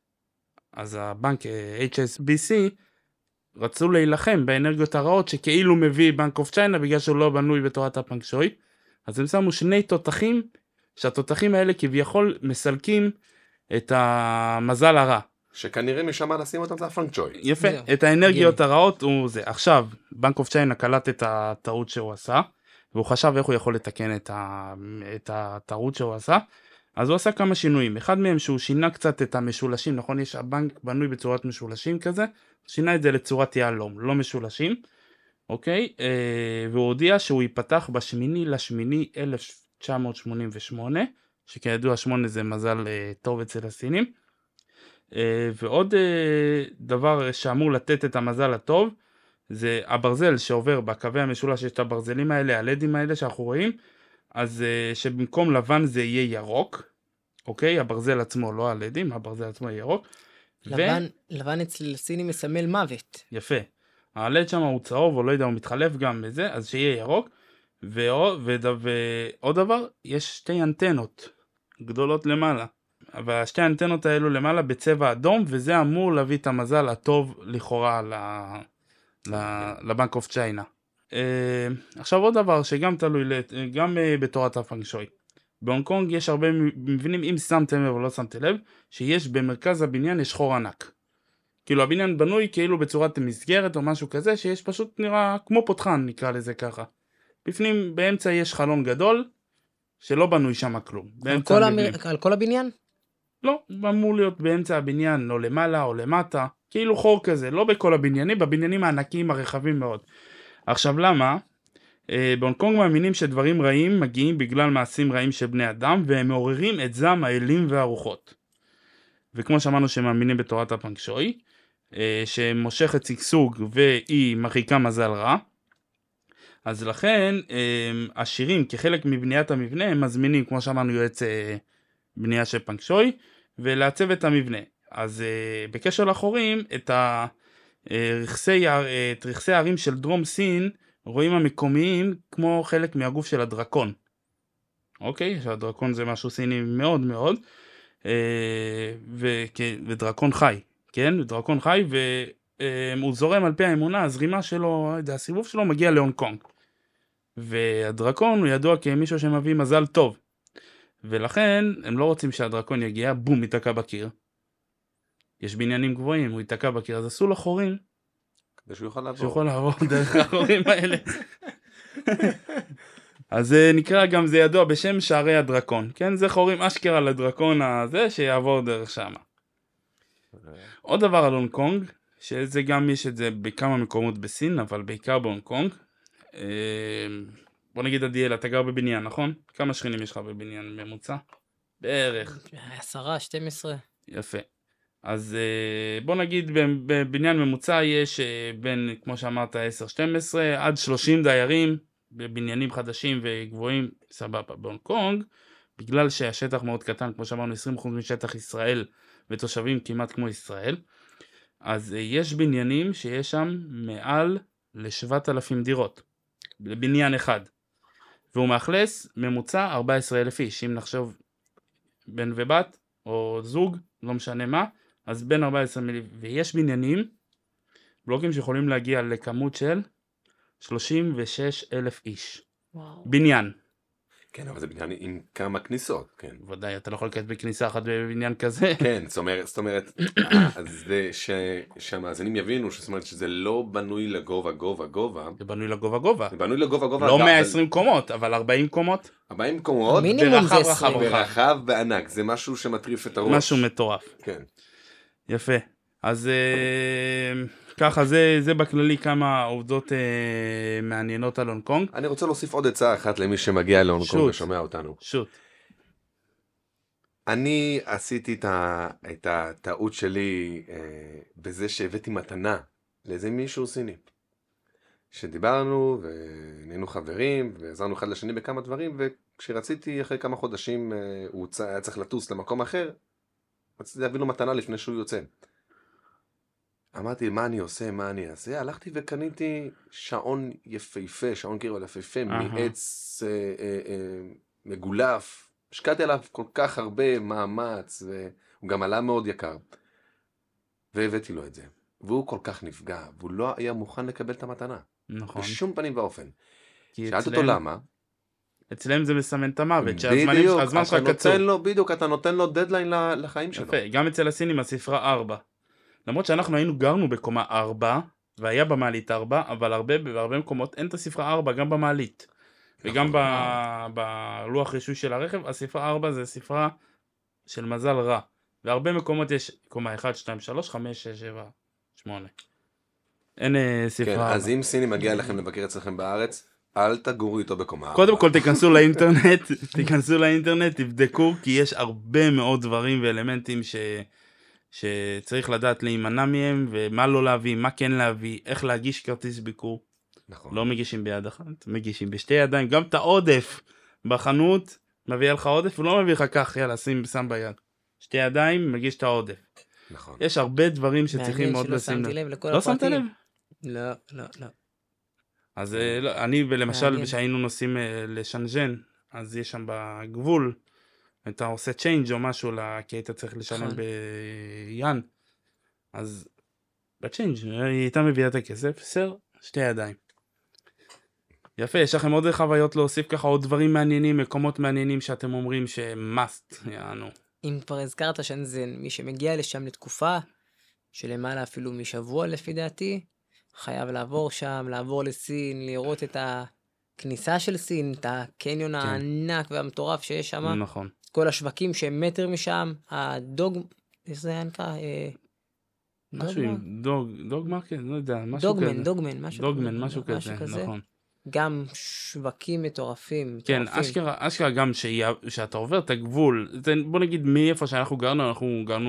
אז הבנק אייץ' אס בי סי רצו להילחם באנרגיות הרעות שכאילו מביא בנק אוף צ'יינה בגלל שהוא לא בנוי בתורת הפנקשוי. אז הם שמו שני תותחים, שהתותחים האלה כביכול מסלקים את המזל הרע. שכנראה משם לשים אותם זה הפנקצ'וי. יפה, זהו. את האנרגיות גיל. הרעות הוא זה. עכשיו, בנק אוף צ'יינה קלט את הטעות שהוא עשה, והוא חשב איך הוא יכול לתקן את, ה... את הטעות שהוא עשה, אז הוא עשה כמה שינויים. אחד מהם שהוא שינה קצת את המשולשים, נכון? יש הבנק בנוי בצורת משולשים כזה, שינה את זה לצורת יהלום, לא משולשים, אוקיי? אה, והוא הודיע שהוא ייפתח בשמיני לשמיני אלף תשע מאות שמונים ושמונה, שכידוע שמונה זה מזל אה, טוב אצל הסינים. אה, ועוד אה, דבר שאמור לתת את המזל הטוב, זה הברזל שעובר בקווי המשולש, יש את הברזלים האלה, הלדים האלה שאנחנו רואים, אז uh, שבמקום לבן זה יהיה ירוק, אוקיי? הברזל עצמו, לא הלדים, הברזל עצמו יהיה ירוק. לבן, ו... לבן אצל הסיני מסמל מוות. יפה. הלד שם הוא צהוב, או לא יודע, הוא מתחלף גם בזה, אז שיהיה ירוק. ועוד, וד... ועוד דבר, יש שתי אנטנות גדולות למעלה. אבל שתי האנטנות האלו למעלה בצבע אדום, וזה אמור להביא את המזל הטוב לכאורה ל... ל... לבנק אוף צ'יינה. Uh, עכשיו עוד דבר שגם תלוי, גם uh, בתורת הפנקשוי. בהונג קונג יש הרבה מבנים, אם שמתם לב או לא שמתם לב, שיש במרכז הבניין יש חור ענק. כאילו הבניין בנוי כאילו בצורת מסגרת או משהו כזה, שיש פשוט נראה כמו פותחן, נקרא לזה ככה. בפנים באמצע יש חלון גדול, שלא בנוי שם כלום. על כל, המ... על כל הבניין? לא, אמור להיות באמצע הבניין, או למעלה או למטה, כאילו חור כזה, לא בכל הבניינים, בבניינים הענקיים הרחבים מאוד. עכשיו למה? אה, בהונג קונג מאמינים שדברים רעים מגיעים בגלל מעשים רעים של בני אדם, והם מעוררים את זעם האלים והרוחות. וכמו שאמרנו שהם מאמינים בתורת הפנקשוי, אה, שמושכת שגשוג והיא מרחיקה מזל רע, אז לכן אה, השירים כחלק מבניית המבנה הם מזמינים, כמו שאמרנו, יועץ אה, בנייה של פנקשוי, ולעצב את המבנה. אז אה, בקשר לחורים, את ה... רכסי, את רכסי הערים של דרום סין רואים המקומיים כמו חלק מהגוף של הדרקון. אוקיי? שהדרקון זה משהו סיני מאוד מאוד, ודרקון חי, כן? דרקון חי, והוא זורם על פי האמונה, הזרימה שלו, הסיבוב שלו מגיע להונג קונג. והדרקון הוא ידוע כמישהו שמביא מזל טוב. ולכן הם לא רוצים שהדרקון יגיע, בום, ייתקע בקיר. יש בניינים גבוהים, הוא ייתקע בקיר, אז עשו לו חורים. כדי שהוא יכול לעבור. שהוא יכול לעבור דרך החורים האלה. אז זה נקרא גם, זה ידוע בשם שערי הדרקון. כן, זה חורים אשכרה לדרקון הזה, שיעבור דרך שם. עוד דבר על הונג קונג, שזה גם יש את זה בכמה מקומות בסין, אבל בעיקר בהונג קונג. בוא נגיד עדיאל, אתה גר בבניין, נכון? כמה שכנים יש לך בבניין ממוצע? בערך. עשרה, שתים עשרה. יפה. אז בוא נגיד בבניין ממוצע יש בין, כמו שאמרת, עשר שתים עשרה עד שלושים דיירים בבניינים חדשים וגבוהים, סבבה. בהונג קונג, בגלל שהשטח מאוד קטן, כמו שאמרנו, עשרים אחוז משטח ישראל ותושבים כמעט כמו ישראל, אז אה, יש בניינים שיש שם מעל ל-שבעת אלפים דירות, לבניין אחד, והוא מאכלס ממוצע ארבעה עשר אלף איש, אם נחשוב בן ובת, או זוג, לא משנה מה, אז בין ארבעה עשר אלף, ויש בניינים, בלוקים שיכולים להגיע לכמות של שלושים ושש אלף איש. וואו. בניין. כן, אבל זה בניין עם כמה כניסות, כן. ודאי, אתה לא יכול לקחת בכניסה אחת בבניין כזה. כן, זאת אומרת, זאת אומרת, אז זה ש, שהמאזינים יבינו, זאת אומרת שזה לא בנוי לגובה, גובה, גובה. זה בנוי לגובה גובה. זה בנוי לגובה, גובה. לא מאה ועשרים קומות, אבל ארבעים קומות. ארבעים קומות. המינימום זה ורחב, עשרים. רחב, ורחב וענק, זה משהו שמטריף את הראש. משהו מטורף. כן. יפה. אז אה, ככה, זה, זה בכללי כמה עובדות אה, מעניינות על הונג קונג. אני רוצה להוסיף עוד עצה אחת למי שמגיע להונג קונג שוט. ושומע אותנו. שוט. אני עשיתי את, ה, את הטעות שלי אה, בזה שהבאתי מתנה לאיזה מישהו סיני. שדיברנו ונהיינו חברים ועזרנו אחד לשני בכמה דברים, וכשרציתי אחרי כמה חודשים אה, הוא צ... היה צריך לטוס למקום אחר, רציתי להביא לו מתנה לפני שהוא יוצא. אמרתי, מה אני עושה, מה אני אעשה? הלכתי וקניתי שעון יפהפה, שעון קירול יפהפה, מעץ אה, אה, אה, מגולף. השקעתי עליו כל כך הרבה מאמץ, והוא גם עלה מאוד יקר. והבאתי לו את זה. והוא כל כך נפגע, והוא לא היה מוכן לקבל את המתנה. נכון. בשום פנים ואופן. כי שאלתי אצלם- אותו למה. אצלם זה מסמן את המוות, שהזמנים- בדיוק, הזמן שלך אתה קצור. נותן לו, בדיוק, אתה נותן לו דדליין ל- לחיים שלו. יפה, גם אצל הסינים הספרה ארבע. למרות שאנחנו היינו גרנו בקומה ארבע, והיה במעלית ארבע, אבל הרבה, בהרבה מקומות אין את הספרה ארבע, גם במעלית. וגם ב- בלוח רישוי של הרכב, הספרה ארבע זה ספרה של מזל רע. והרבה מקומות יש קומה אחת, שתיים, שלוש, חמש, שש, שבע, שמונה. אין אה, כן, ספרה אז ארבע. אם סיני מגיע לכם לבקר אצלכם בארץ, אל תגורו איתו בקומה. קודם ארבע. כל תיכנסו לאינטרנט, תיכנסו לאינטרנט, תבדקו, כי יש הרבה מאוד דברים ואלמנטים ש... שצריך לדעת להימנע מהם, ומה לא להביא, מה כן להביא, איך להגיש כרטיס ביקור. נכון. לא מגישים ביד אחת, מגישים בשתי ידיים, גם את העודף בחנות, מביא לך עודף, הוא לא מביא לך כך, יאללה, שים, שם ביד. שתי ידיים, מגיש את העודף. נכון. יש הרבה דברים שצריכים מעניין מאוד שלא לשים שמתי לב. לב לכל לא שמת הפרטים. לב? לא, לא, לא. אז אה, לא, אני למשל, מעניין. כשהיינו נוסעים אה, לשנז'ן, אז יש שם בגבול, אתה עושה צ'יינג' או משהו, לה- כי היית צריך לשלם נכון. ביאן, אז בצ'יינג' היא הייתה מביאה את הכסף, סר, שתי ידיים. יפה, יש לכם עוד חוויות להוסיף ככה, עוד דברים מעניינים, מקומות מעניינים שאתם אומרים שמאסט, יענו. אם כבר הזכרת שנזן, מי שמגיע לשם לתקופה, שלמעלה אפילו משבוע לפי דעתי, חייב לעבור שם, לעבור לסין, לראות את הכניסה של סין, את הקניון הענק והמטורף שיש שם, נכון. כל השווקים שהם מטר משם, הדוג, איך זה היה נקרא? אה, משהו דוגמה? עם דוג, דוג מרקט, לא יודע, משהו כזה. דוגמן, דוגמן, משהו דוגמן, משהו כזה, נכון. גם שווקים מטורפים, כן, מטורפים. אשכרה, אשכרה גם שיה- שאתה עובר את הגבול, זה, בוא נגיד מאיפה שאנחנו גרנו, אנחנו גרנו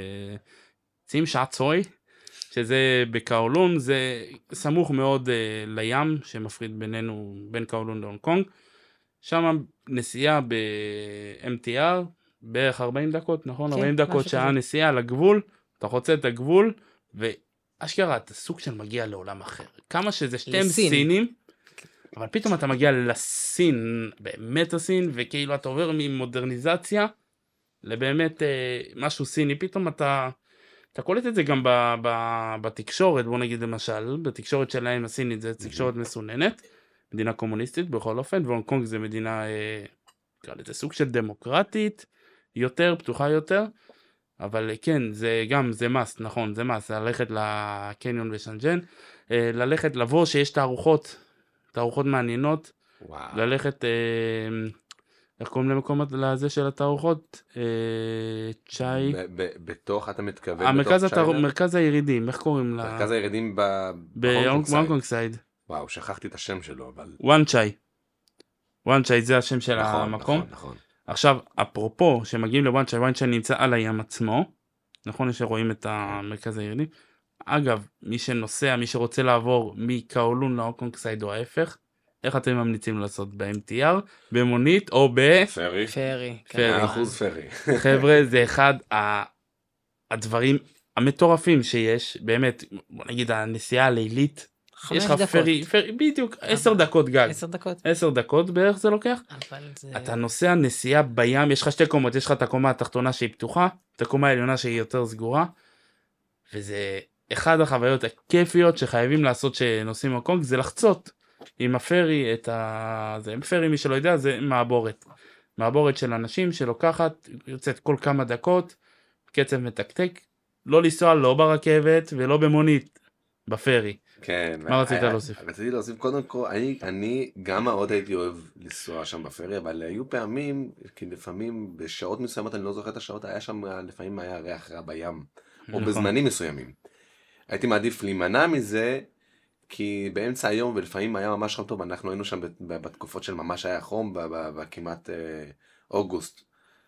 בצים שעצוי, שזה בקאולון, זה סמוך מאוד uh, לים, שמפריד בינינו, בין קאולון להונג קונג, שם נסיעה ב-אם טי אר, בערך ארבעים דקות, נכון? כן, ארבעים דקות משהו שעה כזה. נסיעה לגבול, אתה חוצה את הגבול, ואשכרה, אתה סוג של מגיע לעולם אחר. כמה שזה שתם לסין. סינים, אבל פתאום אתה מגיע לסין, באמת הסין, וכאילו אתה עובר ממודרניזציה לבאמת אה, משהו סיני, פתאום אתה, אתה קולט את זה גם ב, ב, בתקשורת, בוא נגיד למשל, בתקשורת שלהם הסינית זה תקשורת מסוננת, מדינה קומוניסטית בכל אופן, והונג קונג זה מדינה, אה, נקרא לזה סוג של דמוקרטית, יותר, פתוחה יותר, אבל כן, זה גם, זה מס, נכון, זה מס, ללכת לקניון בשנז'ן, אה, ללכת, לבוא שיש תערוכות, תערוכות מעניינות, וואו. ללכת, אה, איך קוראים למקום לזה של התערוכות? אה, צ'אי. ב- ב- בתוך, אתה מתכוון המרכז בתוך התער- צ'יינה? מרכז הירידים, איך קוראים לה? מרכז הירידים ב- בהונג בהונג קונג סייד. וואו, שכחתי את השם שלו, אבל... וואן צ'אי. וואן צ'אי זה השם של נכון, המקום. נכון, נכון. עכשיו, אפרופו, שמגיעים לוואן צ'אי, וואן צ'אי נמצא על הים עצמו, נכון שרואים את המרכז הירידים. אגב, מי שנוסע, מי שרוצה לעבור מקאולון להונג קונג סייד או ההפך, איך אתם ממליצים לעשות ב-אם טי אר, במונית או ב... פרי. פרי. כן. פרי. מאה אחוז פרי. חבר'ה, זה אחד ה- הדברים המטורפים שיש, באמת, בוא נגיד הנסיעה הלילית, חמש יש לך דקות. פרי, פרי, בדיוק, עשר דקות גג. עשר דקות. עשר דקות בערך זה לוקח. אבל זה... אתה נוסע נסיעה בים, יש לך שתי קומות, יש לך את הקומה התחתונה שהיא פתוחה, את הקומה העליונה שהיא יותר סגורה, וזה אחד החוויות הכיפיות שחייבים לעשות שנוסעים הונג, זה לחצות עם הפרי את ה... זה פרי, מי שלא יודע, זה מעבורת. מעבורת של אנשים שלוקחת, יוצאת כל כמה דקות, קצב מתקתק, לא לנסוע לא ברכבת ולא במונית, בפרי. כן. מה רצית להוסיף? רציתי להוסיף, קודם כל, אני, אני גם מאוד הייתי אוהב לנסוע שם בפרי, אבל היו פעמים, כי לפעמים בשעות מסוימות, אני לא זוכר את השעות, היה שם, לפעמים היה ריח רע בים, או בזמנים מסוימים. הייתי מעדיף להימנע מזה, כי באמצע היום, ולפעמים היה ממש חם טוב, אנחנו היינו שם בתקופות של ממש היה חום, בכמעט אוגוסט.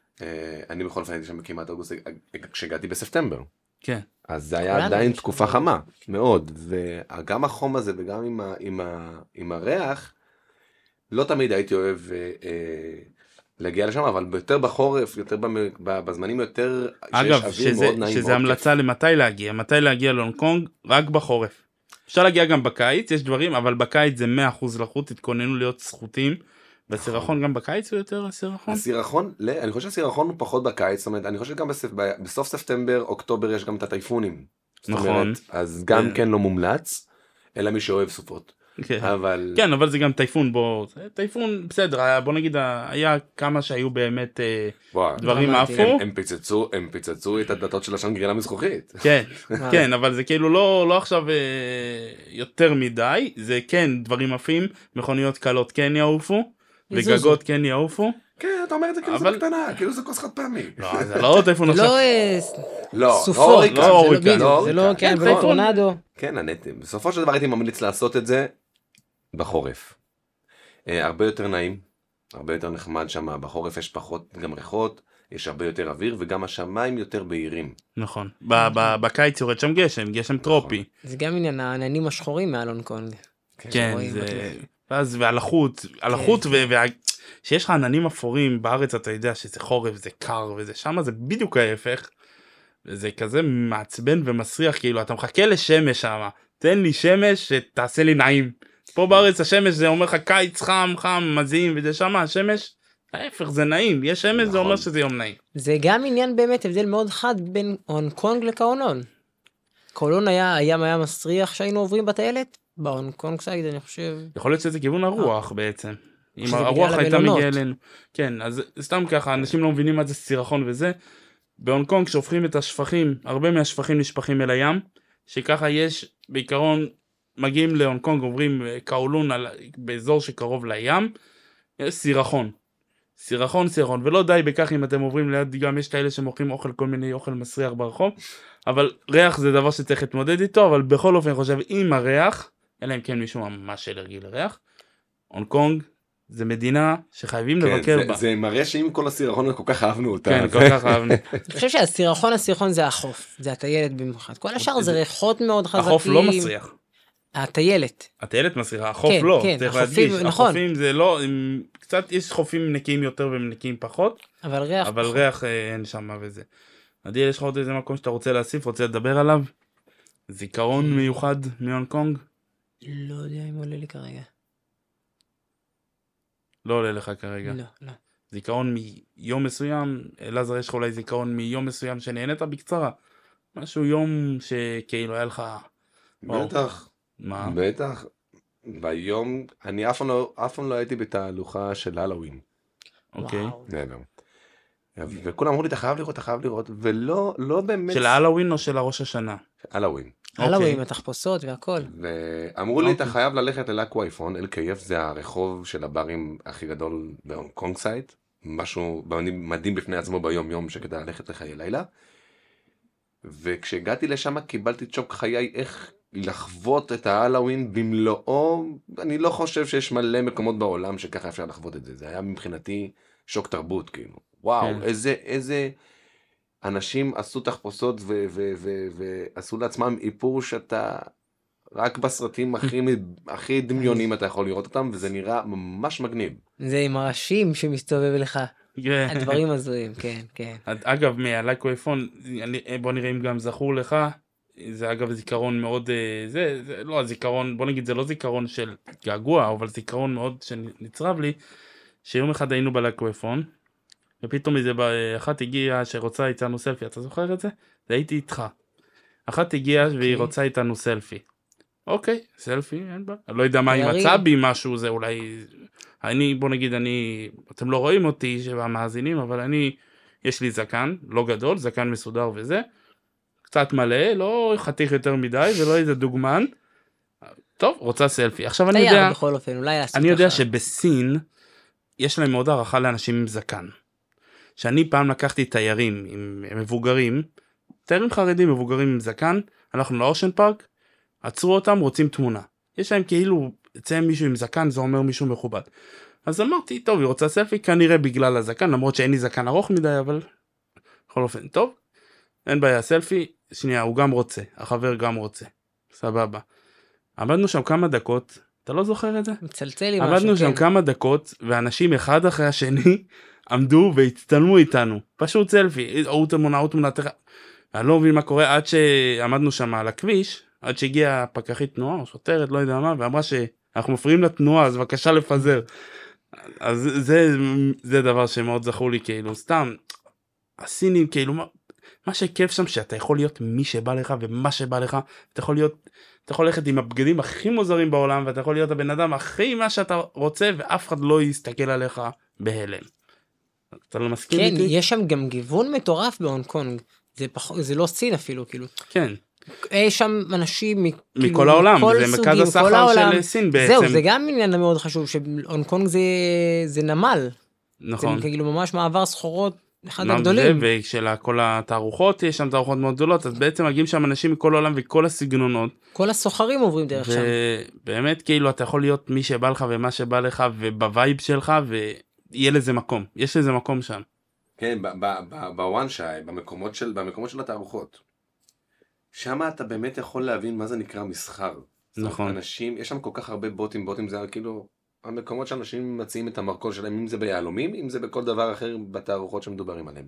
אני בכל אופן הייתי שם בכמעט אוגוסט, כשהגעתי בספטמבר. כן. אז זה היה עדיין תקופה חמה, מאוד, וגם החום הזה וגם עם, ה, עם, ה, עם הריח, לא תמיד הייתי אוהב אה, אה, להגיע לשם, אבל יותר בחורף, יותר בזמנים יותר, אגב, שזה, שזה המלצה למתי להגיע, מתי להגיע להונג קונג, רק בחורף. אפשר להגיע גם בקיץ, יש דברים, אבל בקיץ זה מאה אחוז לחוט, תתכוננו להיות זכותים, והסירחון גם בקיץ הוא יותר הסירחון? הסירחון, אני חושב שהסירחון הוא פחות בקיץ, זאת אומרת, אני חושב שגם בסוף ספטמבר, אוקטובר יש גם את הטייפונים. נכון. אז גם כן לא מומלץ, אלא מי שאוהב סופות. אבל... כן, אבל זה גם טייפון בו, טייפון בסדר, בוא נגיד, היה כמה שהיו באמת דברים עפו. הם פיצצו את הדלתות של השנגרילה מזכוכית. כן, כן, אבל זה כאילו לא עכשיו יותר מדי, זה כן דברים עפים, מכוניות קלות כן יעופו. וגגות כן יעופו. כן, אתה אומר את זה כאילו זה קטנה, כאילו זה כוס חד פעמי. לא, זה לא טייפון עכשיו. לא, סופות, לא, זה לא, כן, ולא טורנדו. כן, הנטים. בסופו של דבר הייתי ממליץ לעשות את זה בחורף. הרבה יותר נעים, הרבה יותר נחמד שם, בחורף יש פחות גם ריחות, יש הרבה יותר אוויר, וגם השמיים יותר בהירים. נכון, בקיץ יורד שם גשם, גשם טרופי. זה גם עניין העננים השחורים מעל הונג קונג. כן, זה... ואז ועל החוט, על החוט, ושיש לך עננים אפורים בארץ, אתה יודע שזה חורף, זה קר, וזה שמה, זה בדיוק ההפך, וזה כזה מעצבן ומסריח, כאילו, אתה מחכה לשמש שמה, תן לי שמש שתעשה לי נעים. פה בארץ השמש זה אומר לך קיץ חם, חם, מזיעים, וזה שמה, השמש, ההפך, זה נעים, יש שמש, זה אומר שזה יום נעים. זה גם עניין באמת, הבדל מאוד חד בין הונג קונג לקאונון. קאונון היה, הים היה מסריח שהיינו עוברים בטיילת, בהונג קונג סייד, אני חושב... יכול להיות שזה כיוון הרוח בעצם. אם הרוח הייתה מגיעה אלינו. כן, אז סתם ככה, אנשים לא מבינים מה זה סירחון וזה. בהונג קונג כשהופכים את השפכים, הרבה מהשפכים נשפכים אל הים, שככה יש, בעיקרון, מגיעים להונג קונג, עוברים קאולון באזור שקרוב לים, יש סירחון. סירחון, סירחון, ולא די בכך אם אתם עוברים ליד, גם יש כאלה שמוכרים אוכל, כל מיני אוכל מסריח ברחוב, אבל ריח זה דבר שצריך להתמודד איתו, אבל בכל אופן אני חושב, עם הריח, אלא אם כן מישהו ממש אלרגי לריח, הונג קונג זה מדינה שחייבים כן, לבקר זה, בה. זה מראה שאם כל הסירחון כל כך אהבנו אותה. כן, כל כך אהבנו. אני חושב שהסירחון, הסירחון זה החוף, זה הטיילת במיוחד. כל השאר זה ריחות מאוד חזקים. החוף לא מסריח. הטיילת. הטיילת מסריחה, החוף כן, לא, כן, צריך החופים, להדגיש. נכון. החופים זה לא, עם, קצת יש חופים נקיים יותר ונקיים פחות, אבל ריח. אבל ריח אה, אין שם וזה. עדיאל, יש לך עוד איזה מקום שאתה רוצה להוסיף, רוצה לדבר עליו? זיכרון מיוחד מהונג קונג? לא יודע אם עולה לי כרגע. לא עולה לך כרגע. לא, לא. זיכרון מיום מסוים, אלעזר, יש לך אולי זיכרון מיום מסוים שנהנית בקצרה? משהו יום שכאילו היה לך... בטח. מה? בטח. ביום, אני אף פעם לא, אף פעם לא הייתי בתהלוכה של הלווין. אוקיי. וכולם אמרו לי, אתה חייב לראות, אתה חייב לראות, ולא, לא באמת... של ההלווין או של הראש השנה? הלווין. הלווין, התחפושות והכל. ואמרו לי, אתה חייב ללכת אלק וייפון, אל קייף זה הרחוב של הברים הכי גדול בהונג קונג סייט, משהו מדהים בפני עצמו ביום יום שכדאי ללכת לחיי לילה. וכשהגעתי לשם קיבלתי צ'וק חיי איך לחוות את ההלווין במלואו. אני לא חושב שיש מלא מקומות בעולם שככה אפשר לחוות את זה. זה היה מבחינתי שוק תרבות, כאילו. וואו, כן. איזה, איזה אנשים עשו תחפושות ו- ו- ו- ועשו לעצמם איפור שאתה רק בסרטים הכי, הכי דמיונים אתה יכול לראות אותם, וזה נראה ממש מגניב. זה עם הראשים שמסתובב לך. הדברים הזויים, כן, כן. אגב, מהלייקווייפון, בוא נראה אם גם זכור לך, זה אגב זיכרון מאוד, זה, זה לא הזיכרון, בוא נגיד זה לא זיכרון של געגוע, אבל זיכרון מאוד שנצרב לי, שיום אחד היינו בלייקווייפון, ופתאום איזה אחת הגיעה שרוצה איתנו סלפי, אתה זוכר את זה? זה הייתי איתך. אחת הגיעה okay. והיא רוצה איתנו סלפי. אוקיי, סלפי, אין בה. אני לא יודע מה היא מצאה בי משהו, זה אולי... אני, בוא נגיד, אני... אתם לא רואים אותי שבמאזינים, אבל אני... יש לי זקן, לא גדול, זקן מסודר וזה. קצת מלא, לא חתיך יותר מדי, ולא איזה דוגמן. טוב, רוצה סלפי. עכשיו אני יודע... בכל אופן, אולי אני יודע שבסין, יש להם מאוד הערכה לאנשים עם זקן. שאני פעם לקחתי תיירים עם מבוגרים, תיירים חרדים מבוגרים עם זקן, הלכנו לאושן פארק, עצרו אותם, רוצים תמונה. יש להם כאילו, יצא מישהו עם זקן, זה אומר מישהו מכובד. אז אמרתי, טוב, היא רוצה סלפי, כנראה בגלל הזקן, למרות שאין לי זקן ארוך מדי, אבל בכל אופן, טוב, אין בעיה, סלפי, שנייה, הוא גם רוצה, החבר גם רוצה, סבבה. עמדנו שם כמה דקות, אתה לא זוכר את זה? מצלצל לי משהו, עמדנו שם כן. כמה דקות, ואנשים אחד אחרי השני, עמדו והצטלמו איתנו, פשוט סלפי, או תמונה, או תמונה, אני לא מבין מה קורה, עד שעמדנו שם על הכביש, עד שהגיעה פקחית תנועה, או שוטרת, לא יודע מה, ואמרה שאנחנו מפריעים לתנועה, אז בבקשה לפזר. אז זה, זה דבר שמאוד זכור לי, כאילו, סתם, הסינים, כאילו, מה, מה שכיף שם, שאתה יכול להיות מי שבא לך, ומה שבא לך, אתה יכול להיות, אתה יכול ללכת עם הבגדים הכי מוזרים בעולם, ואתה יכול להיות הבן אדם הכי מה שאתה רוצה, ואף אחד לא יסתכל עליך בהלם. אתה לא מסכים כן, איתי? כן, יש שם גם גיוון מטורף בהונג קונג, זה, פח... זה לא סין אפילו, כאילו. כן. יש שם אנשים מכל כאילו, העולם, זה מרכז הסחר של סין בעצם. זהו, זה גם עניין מאוד חשוב, שהונג קונג זה, זה נמל. נכון. זה כאילו ממש מעבר סחורות אחד הגדולים. ושל כל התערוכות, יש שם תערוכות מאוד גדולות, אז בעצם מגיעים שם אנשים מכל העולם וכל הסגנונות. כל הסוחרים עוברים דרך שם. ובאמת כאילו אתה יכול להיות מי שבא לך ומה שבא לך ובווייב שלך ויהיה לזה מקום, יש לזה מקום שם. כן, בוואן שי, במקומות של, במקומות של התערוכות. שם אתה באמת יכול להבין מה זה נקרא מסחר. נכון. אנשים, יש שם כל כך הרבה בוטים, בוטים זה כאילו, המקומות שאנשים מציעים את המרכול שלהם, אם זה ביהלומים, אם זה בכל דבר אחר בתערוכות שמדוברים עליהם.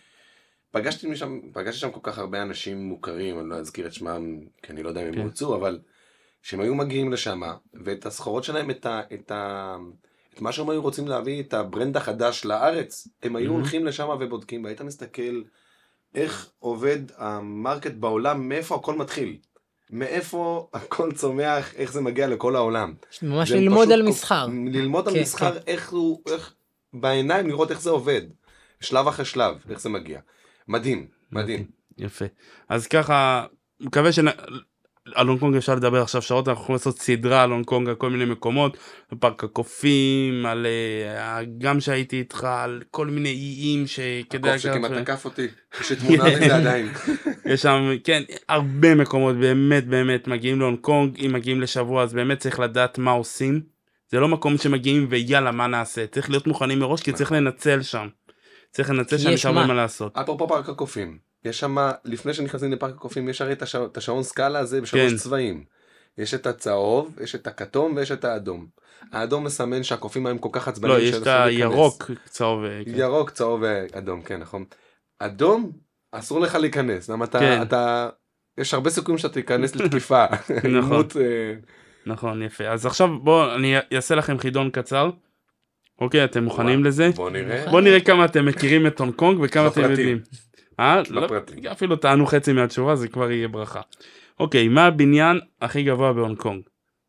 פגשתי משם, פגשתי שם כל כך הרבה אנשים מוכרים, אני לא אזכיר את שמם, כי אני לא יודע אם הם הוצאו, אבל שהם היו מגיעים לשם, ואת הסחורות שלהם, את ה... את ה את מה שהם היו רוצים להביא, את הברנד החדש לארץ, הם היו הולכים לשם ובודקים, והיית מסתכל איך עובד המרקט בעולם, מאיפה הכל מתחיל, מאיפה הכל צומח, איך זה מגיע לכל העולם. ממש ללמוד על מסחר. ללמוד על מסחר, איך הוא, איך, בעיניים לראות איך זה עובד, שלב אחרי שלב, איך זה מגיע. מדהים, מדהים. יפה. אז ככה, מקווה שנ... על הונג קונג אפשר לדבר עכשיו שעות, אנחנו יכולים לעשות סדרה על הונג קונג, על כל מיני מקומות, פארק הקופים, על גם שהייתי איתך, על כל מיני איים שכדאי... הקוף שכמעט תקף אותי, יש תמונה לזה עדיין. יש שם, כן, הרבה מקומות, באמת, באמת, מגיעים להונג קונג, אם מגיעים לשבוע, אז באמת צריך לדעת מה עושים. זה לא מקום שמגיעים ויאללה, מה נעשה? צריך להיות מוכנים מראש, כי צריך לנצל שם. צריך לנצל שם, יש הרבה מה לעשות. אפרופו פארק הקופים. יש שם, לפני שנכנסים לפארק הקופים, יש הרי את השעון סקאלה הזה בשלוש כן. צבעים. יש את הצהוב, יש את הכתום ויש את האדום. האדום מסמן שהקופים הם כל כך עצבנים. לא, יש את הירוק, צהוב. כן. ירוק, צהוב ואדום, כן, נכון. אדום, אסור לך להיכנס. למה אתה, כן. אתה, יש הרבה סיכויים שאתה תיכנס לתקיפה. נכון. נכון, יפה. אז עכשיו בואו, אני אעשה לכם חידון קצר. אוקיי, אתם מוכנים לזה? בואו נראה. בואו נראה כמה אתם מכירים את הונג קונג וכמה אתם יודעים. אה? לא, אפילו טענו חצי מהתשובה, זה כבר יהיה ברכה. אוקיי, מה הבניין הכי גבוה בהונג קונג?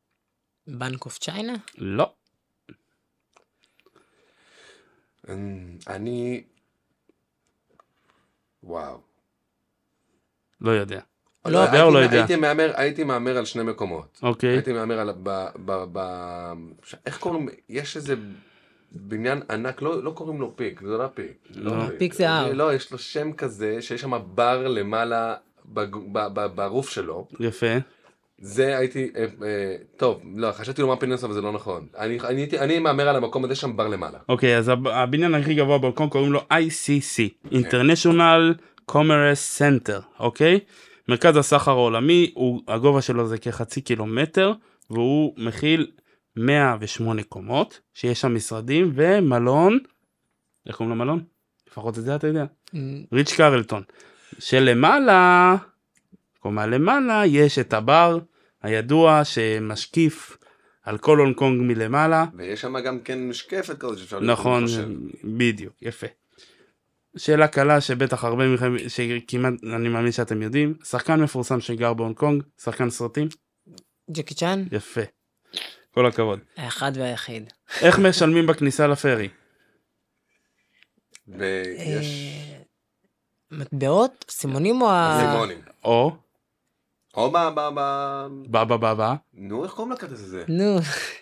בנק אוף צ'יינה? לא. אני... וואו. לא יודע. לא יודע או לא יודע? הייתי מאמר, הייתי מאמר על שני מקומות. אוקיי. הייתי מאמר על... איך קוראים? יש איזה... בניין ענק, לא, לא קוראים לו פיק, זה לא פיק. לא, לא פיק זה הר. לא, יש לו שם כזה, שיש שם בר למעלה ברוף שלו. יפה. זה הייתי, אה, אה, טוב, לא, חשבתי לומר פיננסה, אבל זה לא נכון. אני, אני, אני מאמר על המקום הזה שם בר למעלה. אוקיי, אז הבניין הכי גבוה בהונג קוראים לו איי סי סי, International Commerce Center, אוקיי? מרכז הסחר העולמי, הוא, הגובה שלו זה כחצי קילומטר, והוא מכיל... מאה ושמונה קומות, שיש שם משרדים ומלון, איך קוראים למלון? לפחות את זה אתה יודע. ריץ' קרלטון. שלמעלה, קומה למעלה, יש את הבר הידוע שמשקיף על כל הונג קונג מלמעלה. ויש שם גם כן משקפת כזאת שאפשר לראות. נכון, בדיוק, יפה. שאלה קלה שבטח הרבה מכם, שכמעט אני מאמין שאתם יודעים, שחקן מפורסם שגר בהונג קונג, שחקן סרטים. ג'קי צ'אן? יפה. כל הכבוד. האחד והיחיד. איך משלמים בכניסה לפרי? ויש... מטבעות? סימונים או ה... סימונים. או? או מה, מה, מה... בא, בא, בא, בא. נו, איך קוראים לכרטיס הזה? נו.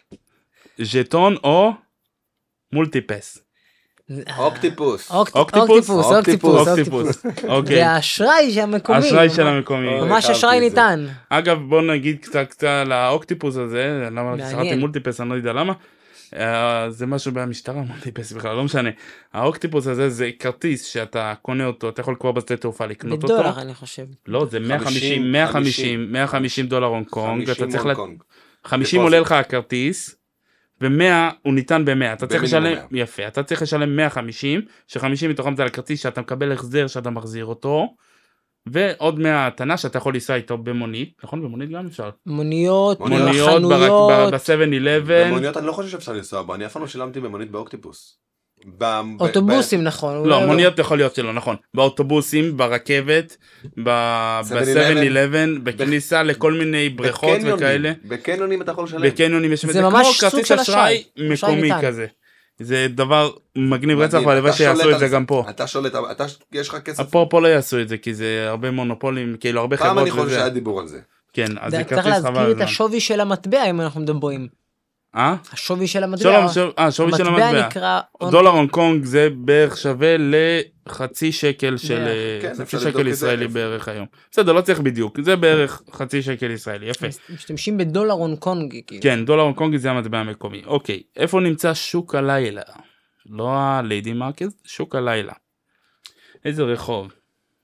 ז'טון או מולטיפס. אוקטיפוס. אוקטיפוס, אוקטיפוס, אוקטיפוס. אוקיי. זה האשראי המקומי. האשראי של המקומי. ממש אשראי ניתן. אגב, בוא נגיד קצת קצת על האוקטיפוס הזה, למה שחרתי מולטיפס, אני לא יודע למה. זה משהו במשטרה, מולטיפס בכלל, לא משנה. האוקטיפוס הזה זה כרטיס שאתה קונה אותו, אתה יכול כבר בשדה תעופה לקנות אותו. בדולר אני חושב. לא, זה מאה וחמישים, מאה וחמישים, מאה וחמישים דולר הונג קונג. חמישים הונג קונג. חמישים עולה לך הכרטיס, ו-מאה הוא ניתן ב-מאה. אתה צריך לשלם, יפה, אתה צריך לשלם מאה וחמישים, ש-חמישים מתוכם זה על הכרטיס שאתה מקבל החזר שאתה מחזיר אותו, ועוד מהתנה שאתה יכול לנסוע איתו במונית, נכון? במונית גם אפשר. מוניות, מוניות, ב-שבע אלף. במוניות אני לא חושב שאפשר לנסוע בו, אני אף פעם לא שילמתי במונית באוקטיפוס. אוטובוסים, נכון. לא, מוניות יכול להיות שלא, נכון. באוטובוסים, ברכבת, ב-שבע אלף, בכניסה לכל מיני בריכות וכאלה. בקניונים אתה יכול לשלם. בקניונים יש... זה ממש סוג של אשראי. מקומי כזה. זה דבר מגניב רצח, והלוואי שיעשו את זה גם פה. אתה שולט, יש לך כסף. פה פה לא יעשו את זה, כי זה הרבה מונופולים, כאילו הרבה חברות. פעם אני חושב שהיה דיבור על זה. כן, אז זה צריך כרטיס חבל. להזכיר את השווי של המטבע, אם אנחנו מדברים. אה? השווי של המטבע. השווי של המטבע המטבע. נקרא... דולר הונג קונג זה בערך שווה לחצי שקל של... חצי שקל ישראלי בערך היום. בסדר, לא צריך בדיוק. זה בערך חצי שקל ישראלי, יפה. משתמשים בדולר הונג קונג. כן, דולר הונג קונג זה המטבע המקומי. אוקיי, איפה נמצא שוק הלילה? לא הליידי מרקט, שוק הלילה. איזה רחוב?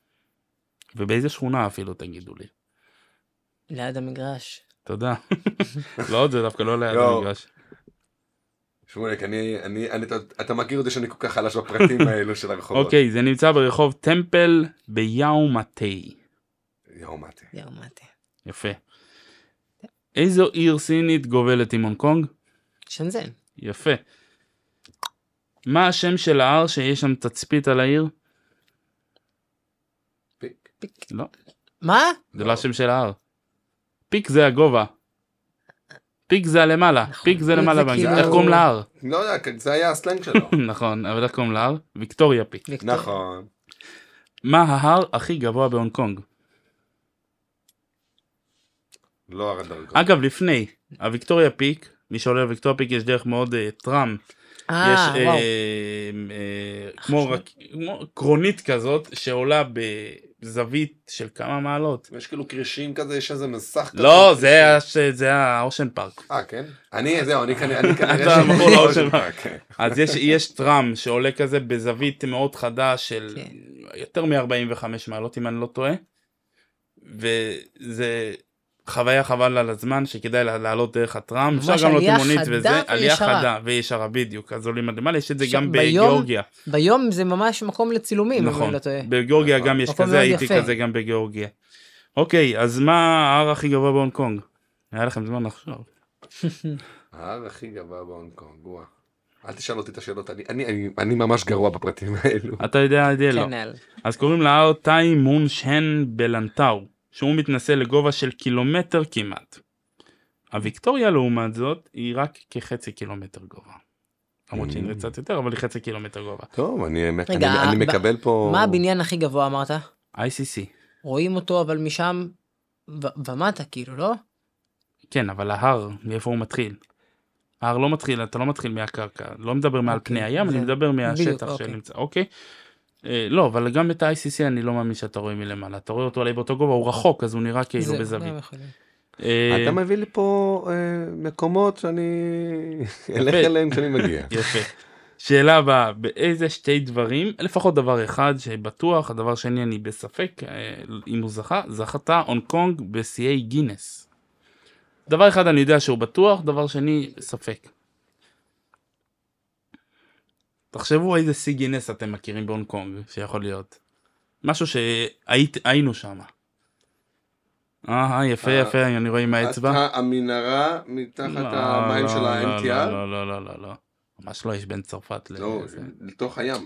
ובאיזה שכונה אפילו תגידו לי. ליד המגרש. תודה. לא, זה דווקא לא ליד המגרש. שמולק, אני, אני, אני, אתה מכיר אותי שאני כל כך חלש בפרטים האלו של הרחובות. אוקיי, זה נמצא ברחוב טמפל ביאו מטי. יאו מטי. יאו מטי. יפה. איזו עיר סינית גובלת עם הונג קונג? שנזן. יפה. מה השם של ההר שיש שם תצפית על העיר? פיק. פיק. לא. מה? זה לא השם של ההר. פיק זה הגובה. פיק זה הלמעלה. פיק זה למעלה באנגלית. איך קוראים להר? לא יודע, זה היה הסלנג שלו. נכון, אבל איך קוראים להר? ויקטוריה פיק. נכון. מה ההר הכי גבוה בהונג קונג? לא הר הדרגות. אגב, לפני, הוויקטוריה פיק, מי שעולה לוויקטוריה פיק יש דרך מאוד טראם. יש כמו קרונית כזאת שעולה בזווית של כמה מעלות. יש כאילו קרישים כזה, יש איזה מסך כזה. לא, זה האושן פארק. אה, כן? אני, זהו, אני כנראה... אתה מכור לאושן פארק. אז יש טראם שעולה כזה בזווית מאוד חדה של יותר מ-ארבעים וחמש מעלות, אם אני לא טועה. וזה... חוויה חבל על הזמן שכדאי לעלות דרך הטראם, אפשר גם לא תימונית וזה, עלייה חדה וישרה בדיוק, אז עולים עד למעלה, יש את זה גם בגיאורגיה. ביום זה ממש מקום לצילומים. נכון, בגיאורגיה גם יש כזה, הייתי כזה גם בגיאורגיה. אוקיי, אז מה ההר הכי גבוה בהונג קונג? היה לכם זמן לחשוב. ההר הכי גבוה בהונג קונג, וואה. אל תשאל אותי את השאלות, אני ממש גרוע בפרטים האלו. אתה יודע, יודע לא. אז קוראים להר טאי מון שן בלנטאו. שהוא מתנסה לגובה של קילומטר כמעט. הוויקטוריה לעומת זאת היא רק כחצי קילומטר גובה. למרות שהיא נראה קצת יותר, אבל היא חצי קילומטר גובה. טוב, אני מקבל פה... מה הבניין הכי גבוה אמרת? איי סי סי. רואים אותו אבל משם ומטה כאילו, לא? כן, אבל ההר, מאיפה הוא מתחיל? ההר לא מתחיל, אתה לא מתחיל מהקרקע, לא מדבר מעל פני הים, אני מדבר מהשטח שנמצא, אוקיי? לא, אבל גם את ה-איי סי סי אני לא מאמין שאתה רואה מלמעלה, אתה רואה אותו עלי באותו גובה, הוא רחוק, אז הוא נראה כאילו בזווית. אתה מביא לי פה מקומות שאני אלך אליהם כשאני מגיע. יפה. שאלה הבאה, באיזה שתי דברים, לפחות דבר אחד שבטוח, הדבר שני אני בספק, אם הוא זכה, זכתה הונג קונג בשיאי גינס. דבר אחד אני יודע שהוא בטוח, דבר שני ספק. תחשבו איזה שיא גינס אתם מכירים בהונג קונג, שיכול להיות. משהו שהיינו שם. אה, יפה, יפה, אני רואה עם האצבע. המנהרה מתחת המים של ה-אם טי אר? לא, לא, לא, לא, לא. ממש לא, יש בין צרפת ל... לא, לתוך הים.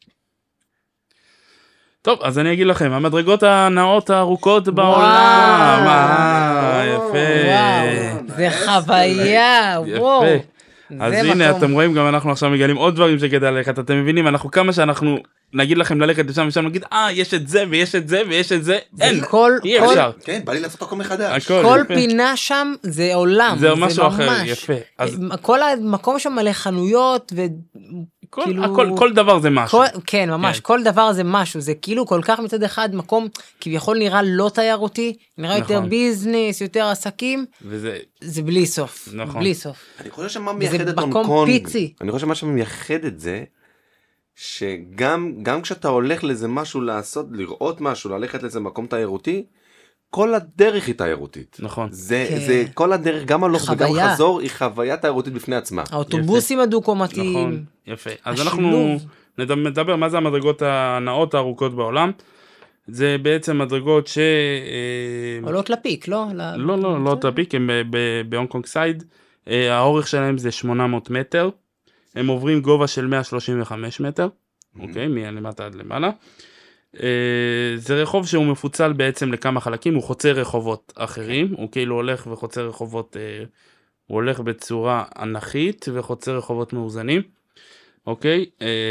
טוב, אז אני אגיד לכם, המדרגות הנאות הארוכות בעולם. אה, יפה. זה חוויה, וואו. אז הנה, אתם רואים, גם אנחנו עכשיו מגלים עוד דברים שכדאי ללכת, אתם מבינים, אנחנו כמה שאנחנו נגיד לכם ללכת לשם ושם, נגיד, אה, יש את זה ויש את זה ויש את זה, אין, אי אפשר. כן, בא לי לעשות הכל מחדש. כל פינה שם זה עולם, זה משהו אחר, יפה. כל המקום שם מלא חנויות ו... כל דבר זה משהו. כן, ממש, כל דבר זה משהו, זה כאילו כל כך מצד אחד מקום כביכול נראה לא תיירותי, נראה יותר ביזנס, יותר עסקים, זה בלי סוף, בלי סוף. אני חושב שמה מייחד את הונג קונג, אני חושב שמה שמייחד את זה, שגם גם כשאתה הולך לזה משהו לעשות, לראות משהו, ללכת לזה מקום תיירותי, כל הדרך היא תיירותית. נכון. זה, זה, כל הדרך, גם הלוך וגם חזור, היא חוויה תיירותית בפני עצמה. האוטובוסים הדו-קומתיים. נכון, יפה. אז אנחנו נדבר מה זה המדרגות הנאות הארוכות בעולם. זה בעצם מדרגות ש... עולות לפיק, לא? לא, לא, לא לפיק, הם בהונג קונג סייד. האורך שלהם זה שמונה מאות מטר. הם עוברים גובה של מאה שלושים וחמישה מטר. אוקיי, מלמטה עד למעלה. זה רחוב שהוא מפוצל בעצם לכמה חלקים, הוא חוצה רחובות אחרים, הוא כאילו הולך וחוצה רחובות, הוא הולך בצורה אנכית וחוצה רחובות מאוזנים, אוקיי?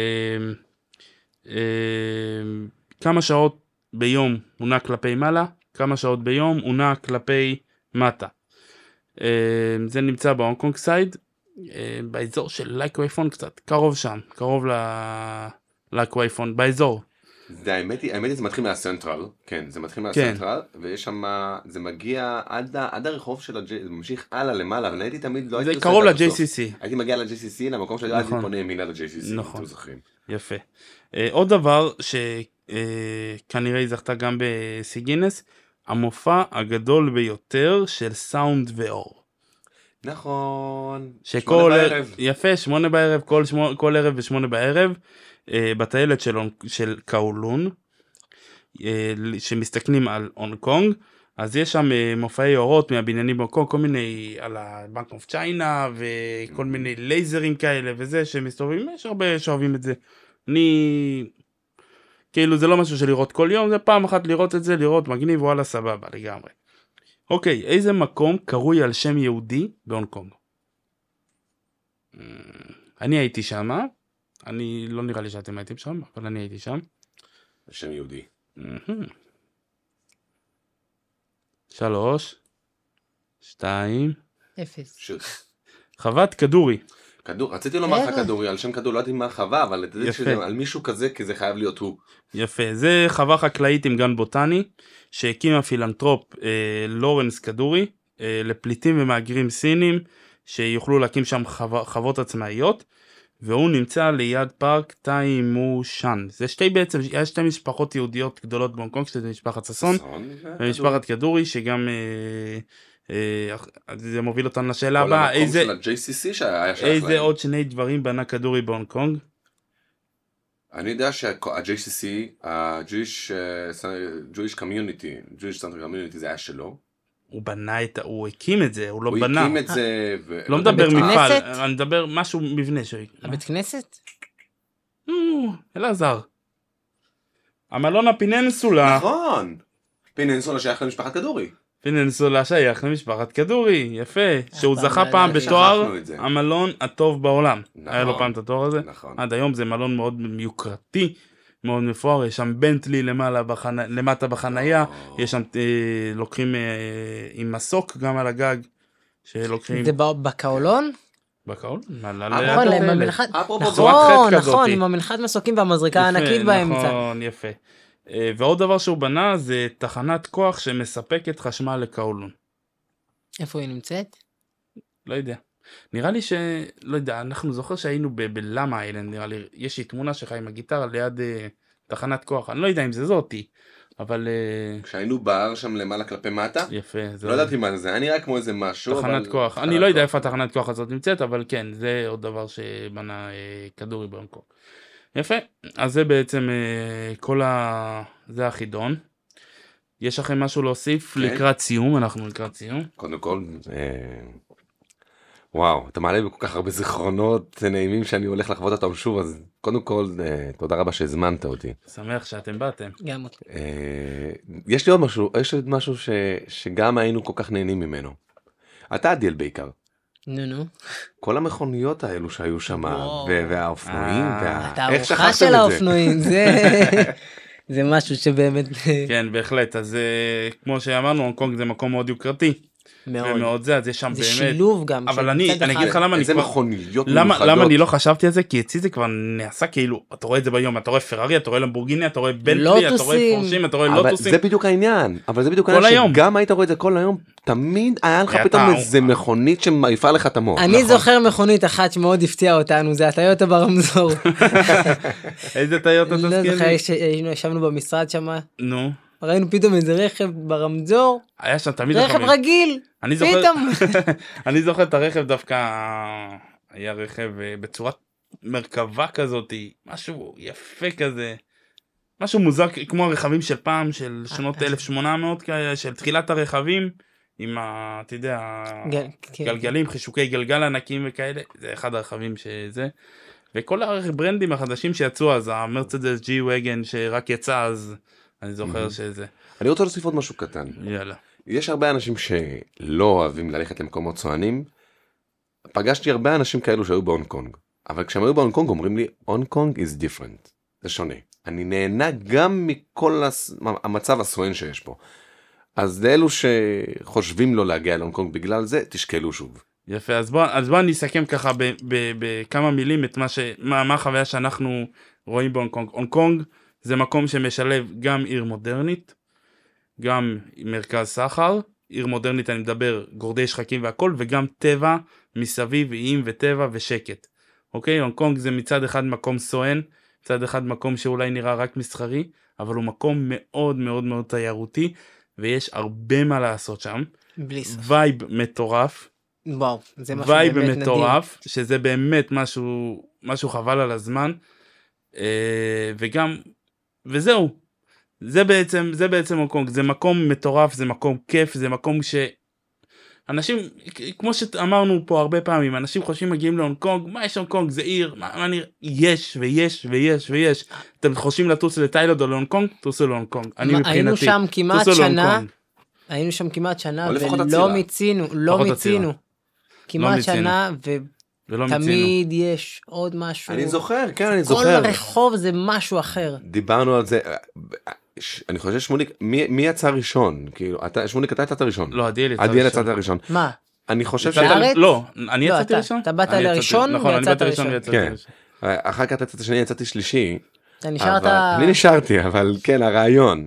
כמה שעות ביום הוא נע כלפי מעלה, כמה שעות ביום הוא נע כלפי מטה. זה נמצא בהונג קונג סייד, באזור של לייק וייפון קצת, קרוב שם, קרוב ללייק וייפון, באזור. זה האמת היא, האמת היא זה מתחיל מהסנטרל, כן, זה מתחיל מהסנטרל, ויש שם, זה מגיע עד, עד הרחוב של הג'יי, זה ממשיך הלאה למעלה, אבל הייתי תמיד לא הייתי זה קרוב ל-ג'יי סי סי. הייתי מגיע ל-ג'יי סי סי, למקום שלי, הייתי פונה ימינה ל-ג'יי סי סי, נכון, אתם זוכרים. יפה. עוד דבר שכנראה היא זכתה גם בסי גינס, המופע הגדול ביותר של סאונד ואור. נכון, שמונה בערב. יפה, שמונה בערב, כל, שמונה, כל ערב ושמונה בערב. בטיילת של, של קאולון, שמסתכלים על הונג קונג, אז יש שם מופעי אורות מהבניינים בהונג קונג, כל מיני על הבנק אוף צ'יינה, וכל מיני לייזרים כאלה וזה שמסתובבים, יש הרבה שאוהבים את זה. אני, כאילו זה לא משהו של לראות כל יום, זה פעם אחת לראות את זה, לראות מגניב, וואלה סבבה לגמרי. אוקיי, איזה מקום קרוי על שם יהודי בהונג קונג? אני הייתי שמה, אני לא נראה לי שאתם הייתם שם, אבל אני הייתי שם. שם יהודי. שלוש, שתיים, אפס. חוות כדורי. כדור, רציתי לומר לך כדורי, על שם כדור, לא יודעת מה חווה, אבל על מישהו כזה, כי זה חייב להיות הוא. יפה, זה חווה חקלאית עם גן בוטני, שהקים הפילנטרופ אה, לורנס כדורי, אה, לפליטים ומהגרים סינים, שיוכלו להקים שם חו... חוות עצמאיות, והוא נמצא ליד פארק טאי מו שאן. זה שתי בעצם, יש שתי משפחות יהודיות גדולות בהונג קונג, שזה משפחת ססון, ומשפחת כדורי, שגם אה, אה, זה מוביל אותנו לשאלה הבאה, איזה, איזה עוד שני דברים בנה כדורי בהונג קונג? אני יודע שה-ג'יי סי סי, ה-Jewish Community, Jewish Center Community, זה היה שלו. הוא בנה את, הוא הקים את זה, הוא לא הוא בנה. הוא הקים את זה. ו... לא מדבר מפעל, אני מדבר משהו מבנה שוי. הבית כנסת? אלעזר. המלון הפיננסולה. נכון. פיננסולה שייך למשפחת כדורי. פיננסולה שייך למשפחת כדורי, יפה. שהוא זכה פעם בתואר המלון הטוב בעולם. היה לו פעם את התואר הזה. עד היום זה מלון מאוד מיוקרתי. מאוד מפואר, יש שם בנטלי למעלה בחנה, למטה בחנייה, יש שם אה, לוקחים אה, עם מסוק גם על הגג, שלוקחים... זה בקאולון? בקאולון? נכון, נכון, עם המנחת מסוקים והמזריקה הענקית באמצע. נכון, יפה. אה, ועוד דבר שהוא בנה זה תחנת כוח שמספקת חשמל לקאולון. איפה היא נמצאת? לא יודע. נראה לי ש... לא יודע, אנחנו זוכר שהיינו בלמה איילנד, נראה לי, יש לי תמונה שלך עם הגיטרה ליד uh, תחנת כוח, אני לא יודע אם זה זאתי, אבל... כשהיינו בהר שם למעלה כלפי מטה, יפה. לא ידעתי מה זה, היה נראה כמו איזה משהו. תחנת כוח. אני לא יודע איפה התחנת כוח הזאת נמצאת, אבל כן, זה עוד דבר שבנה כדורי בהונג קונג. יפה, אז זה בעצם כל ה... זה החידון. יש לכם משהו להוסיף לקראת סיום? אנחנו לקראת סיום. קודם כל, וואו, אתה מעלה בכל כך הרבה זיכרונות נעימים שאני הולך לחוות אותם שוב, אז קודם כל, תודה רבה שהזמנת אותי. שמח שאתם באתם. גם אותי. יש לי עוד משהו, יש לי עוד משהו שגם היינו כל כך נהנים ממנו. אתה עדיאל בעיקר. נו נו. כל המכוניות האלו שהיו שם, והאופנועים, התערוכה של האופנועים, זה משהו שבאמת... כן, בהחלט, אז כמו שאמרנו, הונג קונג זה מקום מאוד יוקרתי. ומאוד זה, אז יש שם באמת... זה שילוב גם. אבל אני אגיד לך למה אני כבר... איזה מכוניות מיוחדות. למה אני לא חשבתי על זה? כי אצלי זה כבר נעשה כאילו, אתה רואה את זה ביום, אתה רואה פרארי, אתה רואה למבורגיני, אתה רואה בנטלי, אתה רואה פורשים, אתה רואה לוטוסים. זה בדיוק העניין, אבל זה בדיוק העניין שגם היית רואה את זה כל היום, תמיד היה לך פתאום איזה מכונית שמעיפה לך את המוח. אני זוכר מכונית אחת שמאוד הפתיעה אותנו, זה הטיוטה ברמזור. איזה טיוטה תזכיר לי? ישבנו במשרד שם. נו. ראינו פתאום איזה רכב ברמזור, היה שם תמיד רכב רגיל, אני זוכר, פתאום. אני זוכר את הרכב דווקא, היה רכב בצורת מרכבה כזאת, משהו יפה כזה, משהו מוזר, כמו הרכבים של פעם, של שנות אלף שמונה מאות, של תחילת הרכבים, עם ה, אתה יודע, גלגלים, חישוקי גלגל ענקים וכאלה, זה אחד הרכבים שזה, וכל הברנדים החדשים שיצאו אז, המרצדס ג'י וגן שרק יצא אז, אני זוכר שזה. אני רוצה להוסיף עוד משהו קטן. יאללה. יש הרבה אנשים שלא אוהבים ללכת למקומות צוענים. פגשתי הרבה אנשים כאלו שהיו בהונג קונג. אבל כשהם היו בהונג קונג אומרים לי, הונג קונג is different. זה שונה. אני נהנה גם מכל המצב הסואן שיש פה. אז לאלו שחושבים לא להגיע להונג קונג בגלל זה, תשקלו שוב. יפה, אז בוא, אז בוא נסכם ככה בכמה מילים את מה ש, מה, מה החוויה שאנחנו רואים בהונג קונג. הונג קונג זה מקום שמשלב גם עיר מודרנית, גם מרכז סחר, עיר מודרנית אני מדבר גורדי שחקים והכל, וגם טבע מסביב, איים וטבע ושקט. אוקיי, הונג קונג זה מצד אחד מקום סואן, מצד אחד מקום שאולי נראה רק מסחרי, אבל הוא מקום מאוד מאוד מאוד תיירותי, ויש הרבה מה לעשות שם. בלי סוף. וייב מטורף. וואו, זה משהו וייב באמת נדיר. מטורף, שזה באמת משהו, משהו חבל על הזמן, וגם, וזהו, זה בעצם, זה בעצם הונג קונג, זה מקום מטורף, זה מקום כיף, זה מקום ש... אנשים, כמו שאמרנו פה הרבה פעמים, אנשים חושבים מגיעים להונג קונג, מה יש הונג קונג, זה עיר, מה, מה נראה, יש ויש ויש ויש, אתם חושבים לטוס לתאילנד או להונג קונג, טוסו להונג קונג, אני מבחינתי, היינו שם כמעט שנה, היינו שם כמעט שנה, ולא מיצינו, לא מיצינו, כמעט שנה, ותמיד יש עוד משהו. אני זוכר, כן, אני זוכר. כל רחוב זה משהו אחר. דיברנו על זה, אני חושב שמוניק, מי יצא ראשון? כאילו, שמוניק, אתה יצאת ראשון? לא, עדיאל יצא ראשון. עדיאל יצאת ראשון. מה? אני חושב ש... לא, אני יצאתי ראשון. אתה באת לראשון ויצאת ראשון. כן. אחר כך יצאת שני, יצאתי שלישי. אתה נשארת... אני נשארתי, אבל כן, הרעיון.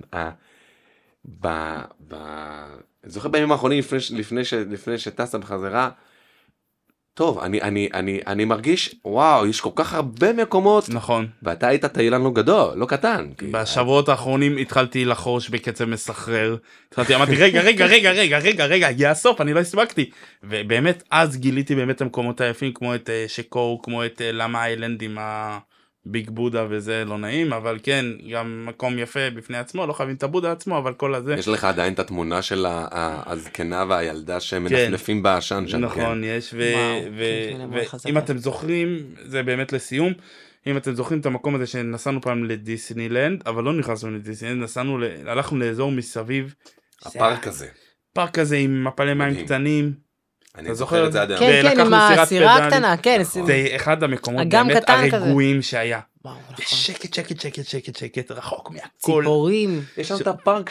זוכר בימים האחרונים, לפני שטסת בחזרה, טוב, אני, אני, אני, אני מרגיש, וואו, יש כל כך הרבה מקומות. נכון. ואתה היית טיילן לא גדול, לא קטן. בשבועות האחרונים התחלתי לחוש בקצב מסחרר. התחלתי, אמרתי, רגע, רגע, רגע, רגע, רגע, רגע, הגיע הסוף, אני לא הספקתי. ובאמת, אז גיליתי באמת המקומות היפים, כמו את שקור, כמו את למה איילנד עם הביג בודה, וזה לא נעים, אבל כן, גם מקום יפה בפני עצמו, לא חייבים את הבודה עצמו, אבל כל הזה. יש לך עדיין את התמונה של הזקנה והילדה שמנפנפים בעשן שם. נכון, יש, ואם אתם זוכרים, זה באמת לסיום, אם אתם זוכרים את המקום הזה שנסענו פעם לדיסנילנד, אבל לא נכנסנו לדיסנילנד, נסענו, הלכנו לאזור מסביב. הפארק הזה. פארק הזה עם מפלי מים קטנים. אני זוכר את זה עד היום. כן, כן, עם הסירה הקטנה, כן. זה אחד המקומות באמת הרגועים שהיה. שקט, שקט, שקט, שקט, שקט, רחוק מהכל. ציפורים. יש שם את הפארק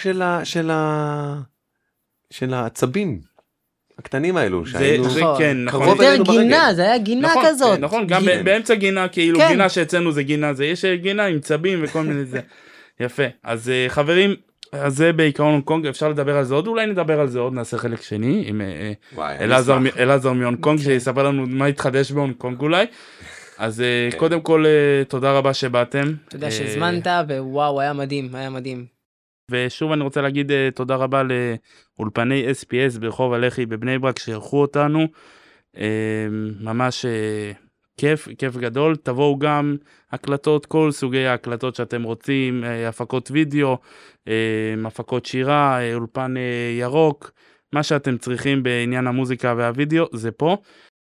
של העצבים. הקטנים האלו. זה כן, נכון. זה יותר גינה, זה היה גינה כזאת. נכון, גם באמצע גינה, כאילו גינה שאצלנו זה גינה, זה יש גינה עם צבים וכל מיני זה. יפה. אז חברים, אז זה בעיקרון הונג קונג, אפשר לדבר על זה עוד, אולי נדבר על זה עוד, נעשה חלק שני, עם אלעזר מהונג קונג, שיספר לנו מה התחדש בהונג קונג אולי. אז קודם כל, תודה רבה שבאתם. תודה שהזמנת, ווואו, היה מדהים, היה מדהים. ושוב אני רוצה להגיד תודה רבה לאולפני אס פי אס ברחוב הלח"י בבני ברק שערכו אותנו, ממש כיף, כיף גדול. תבואו גם הקלטות, כל סוגי ההקלטות שאתם רוצים, הפקות וידאו, הפקות שירה, אולפן ירוק, מה שאתם צריכים בעניין המוזיקה והווידאו זה פה.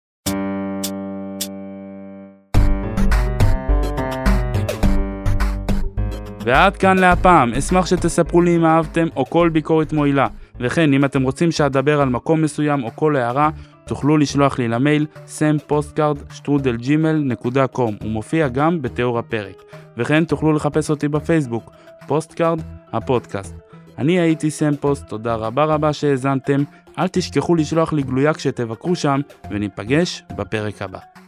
ועד כאן להפעם, אשמח שתספרו לי אם אהבתם או כל ביקורת מועילה, וכן אם אתם רוצים שאדבר על מקום מסוים או כל הערה, תוכלו לשלוח לי למייל סם-פוסטקארד שטרודל ג'ימייל נקודה קום, הוא מופיע גם בתיאור הפרק, וכן תוכלו לחפש אותי בפייסבוק, פוסטקארד הפודקאסט. אני הייתי סם פוסט, תודה רבה רבה שהאזנתם, אל תשכחו לשלוח לי גלויה כשתבקרו שם, וניפגש בפרק הבא.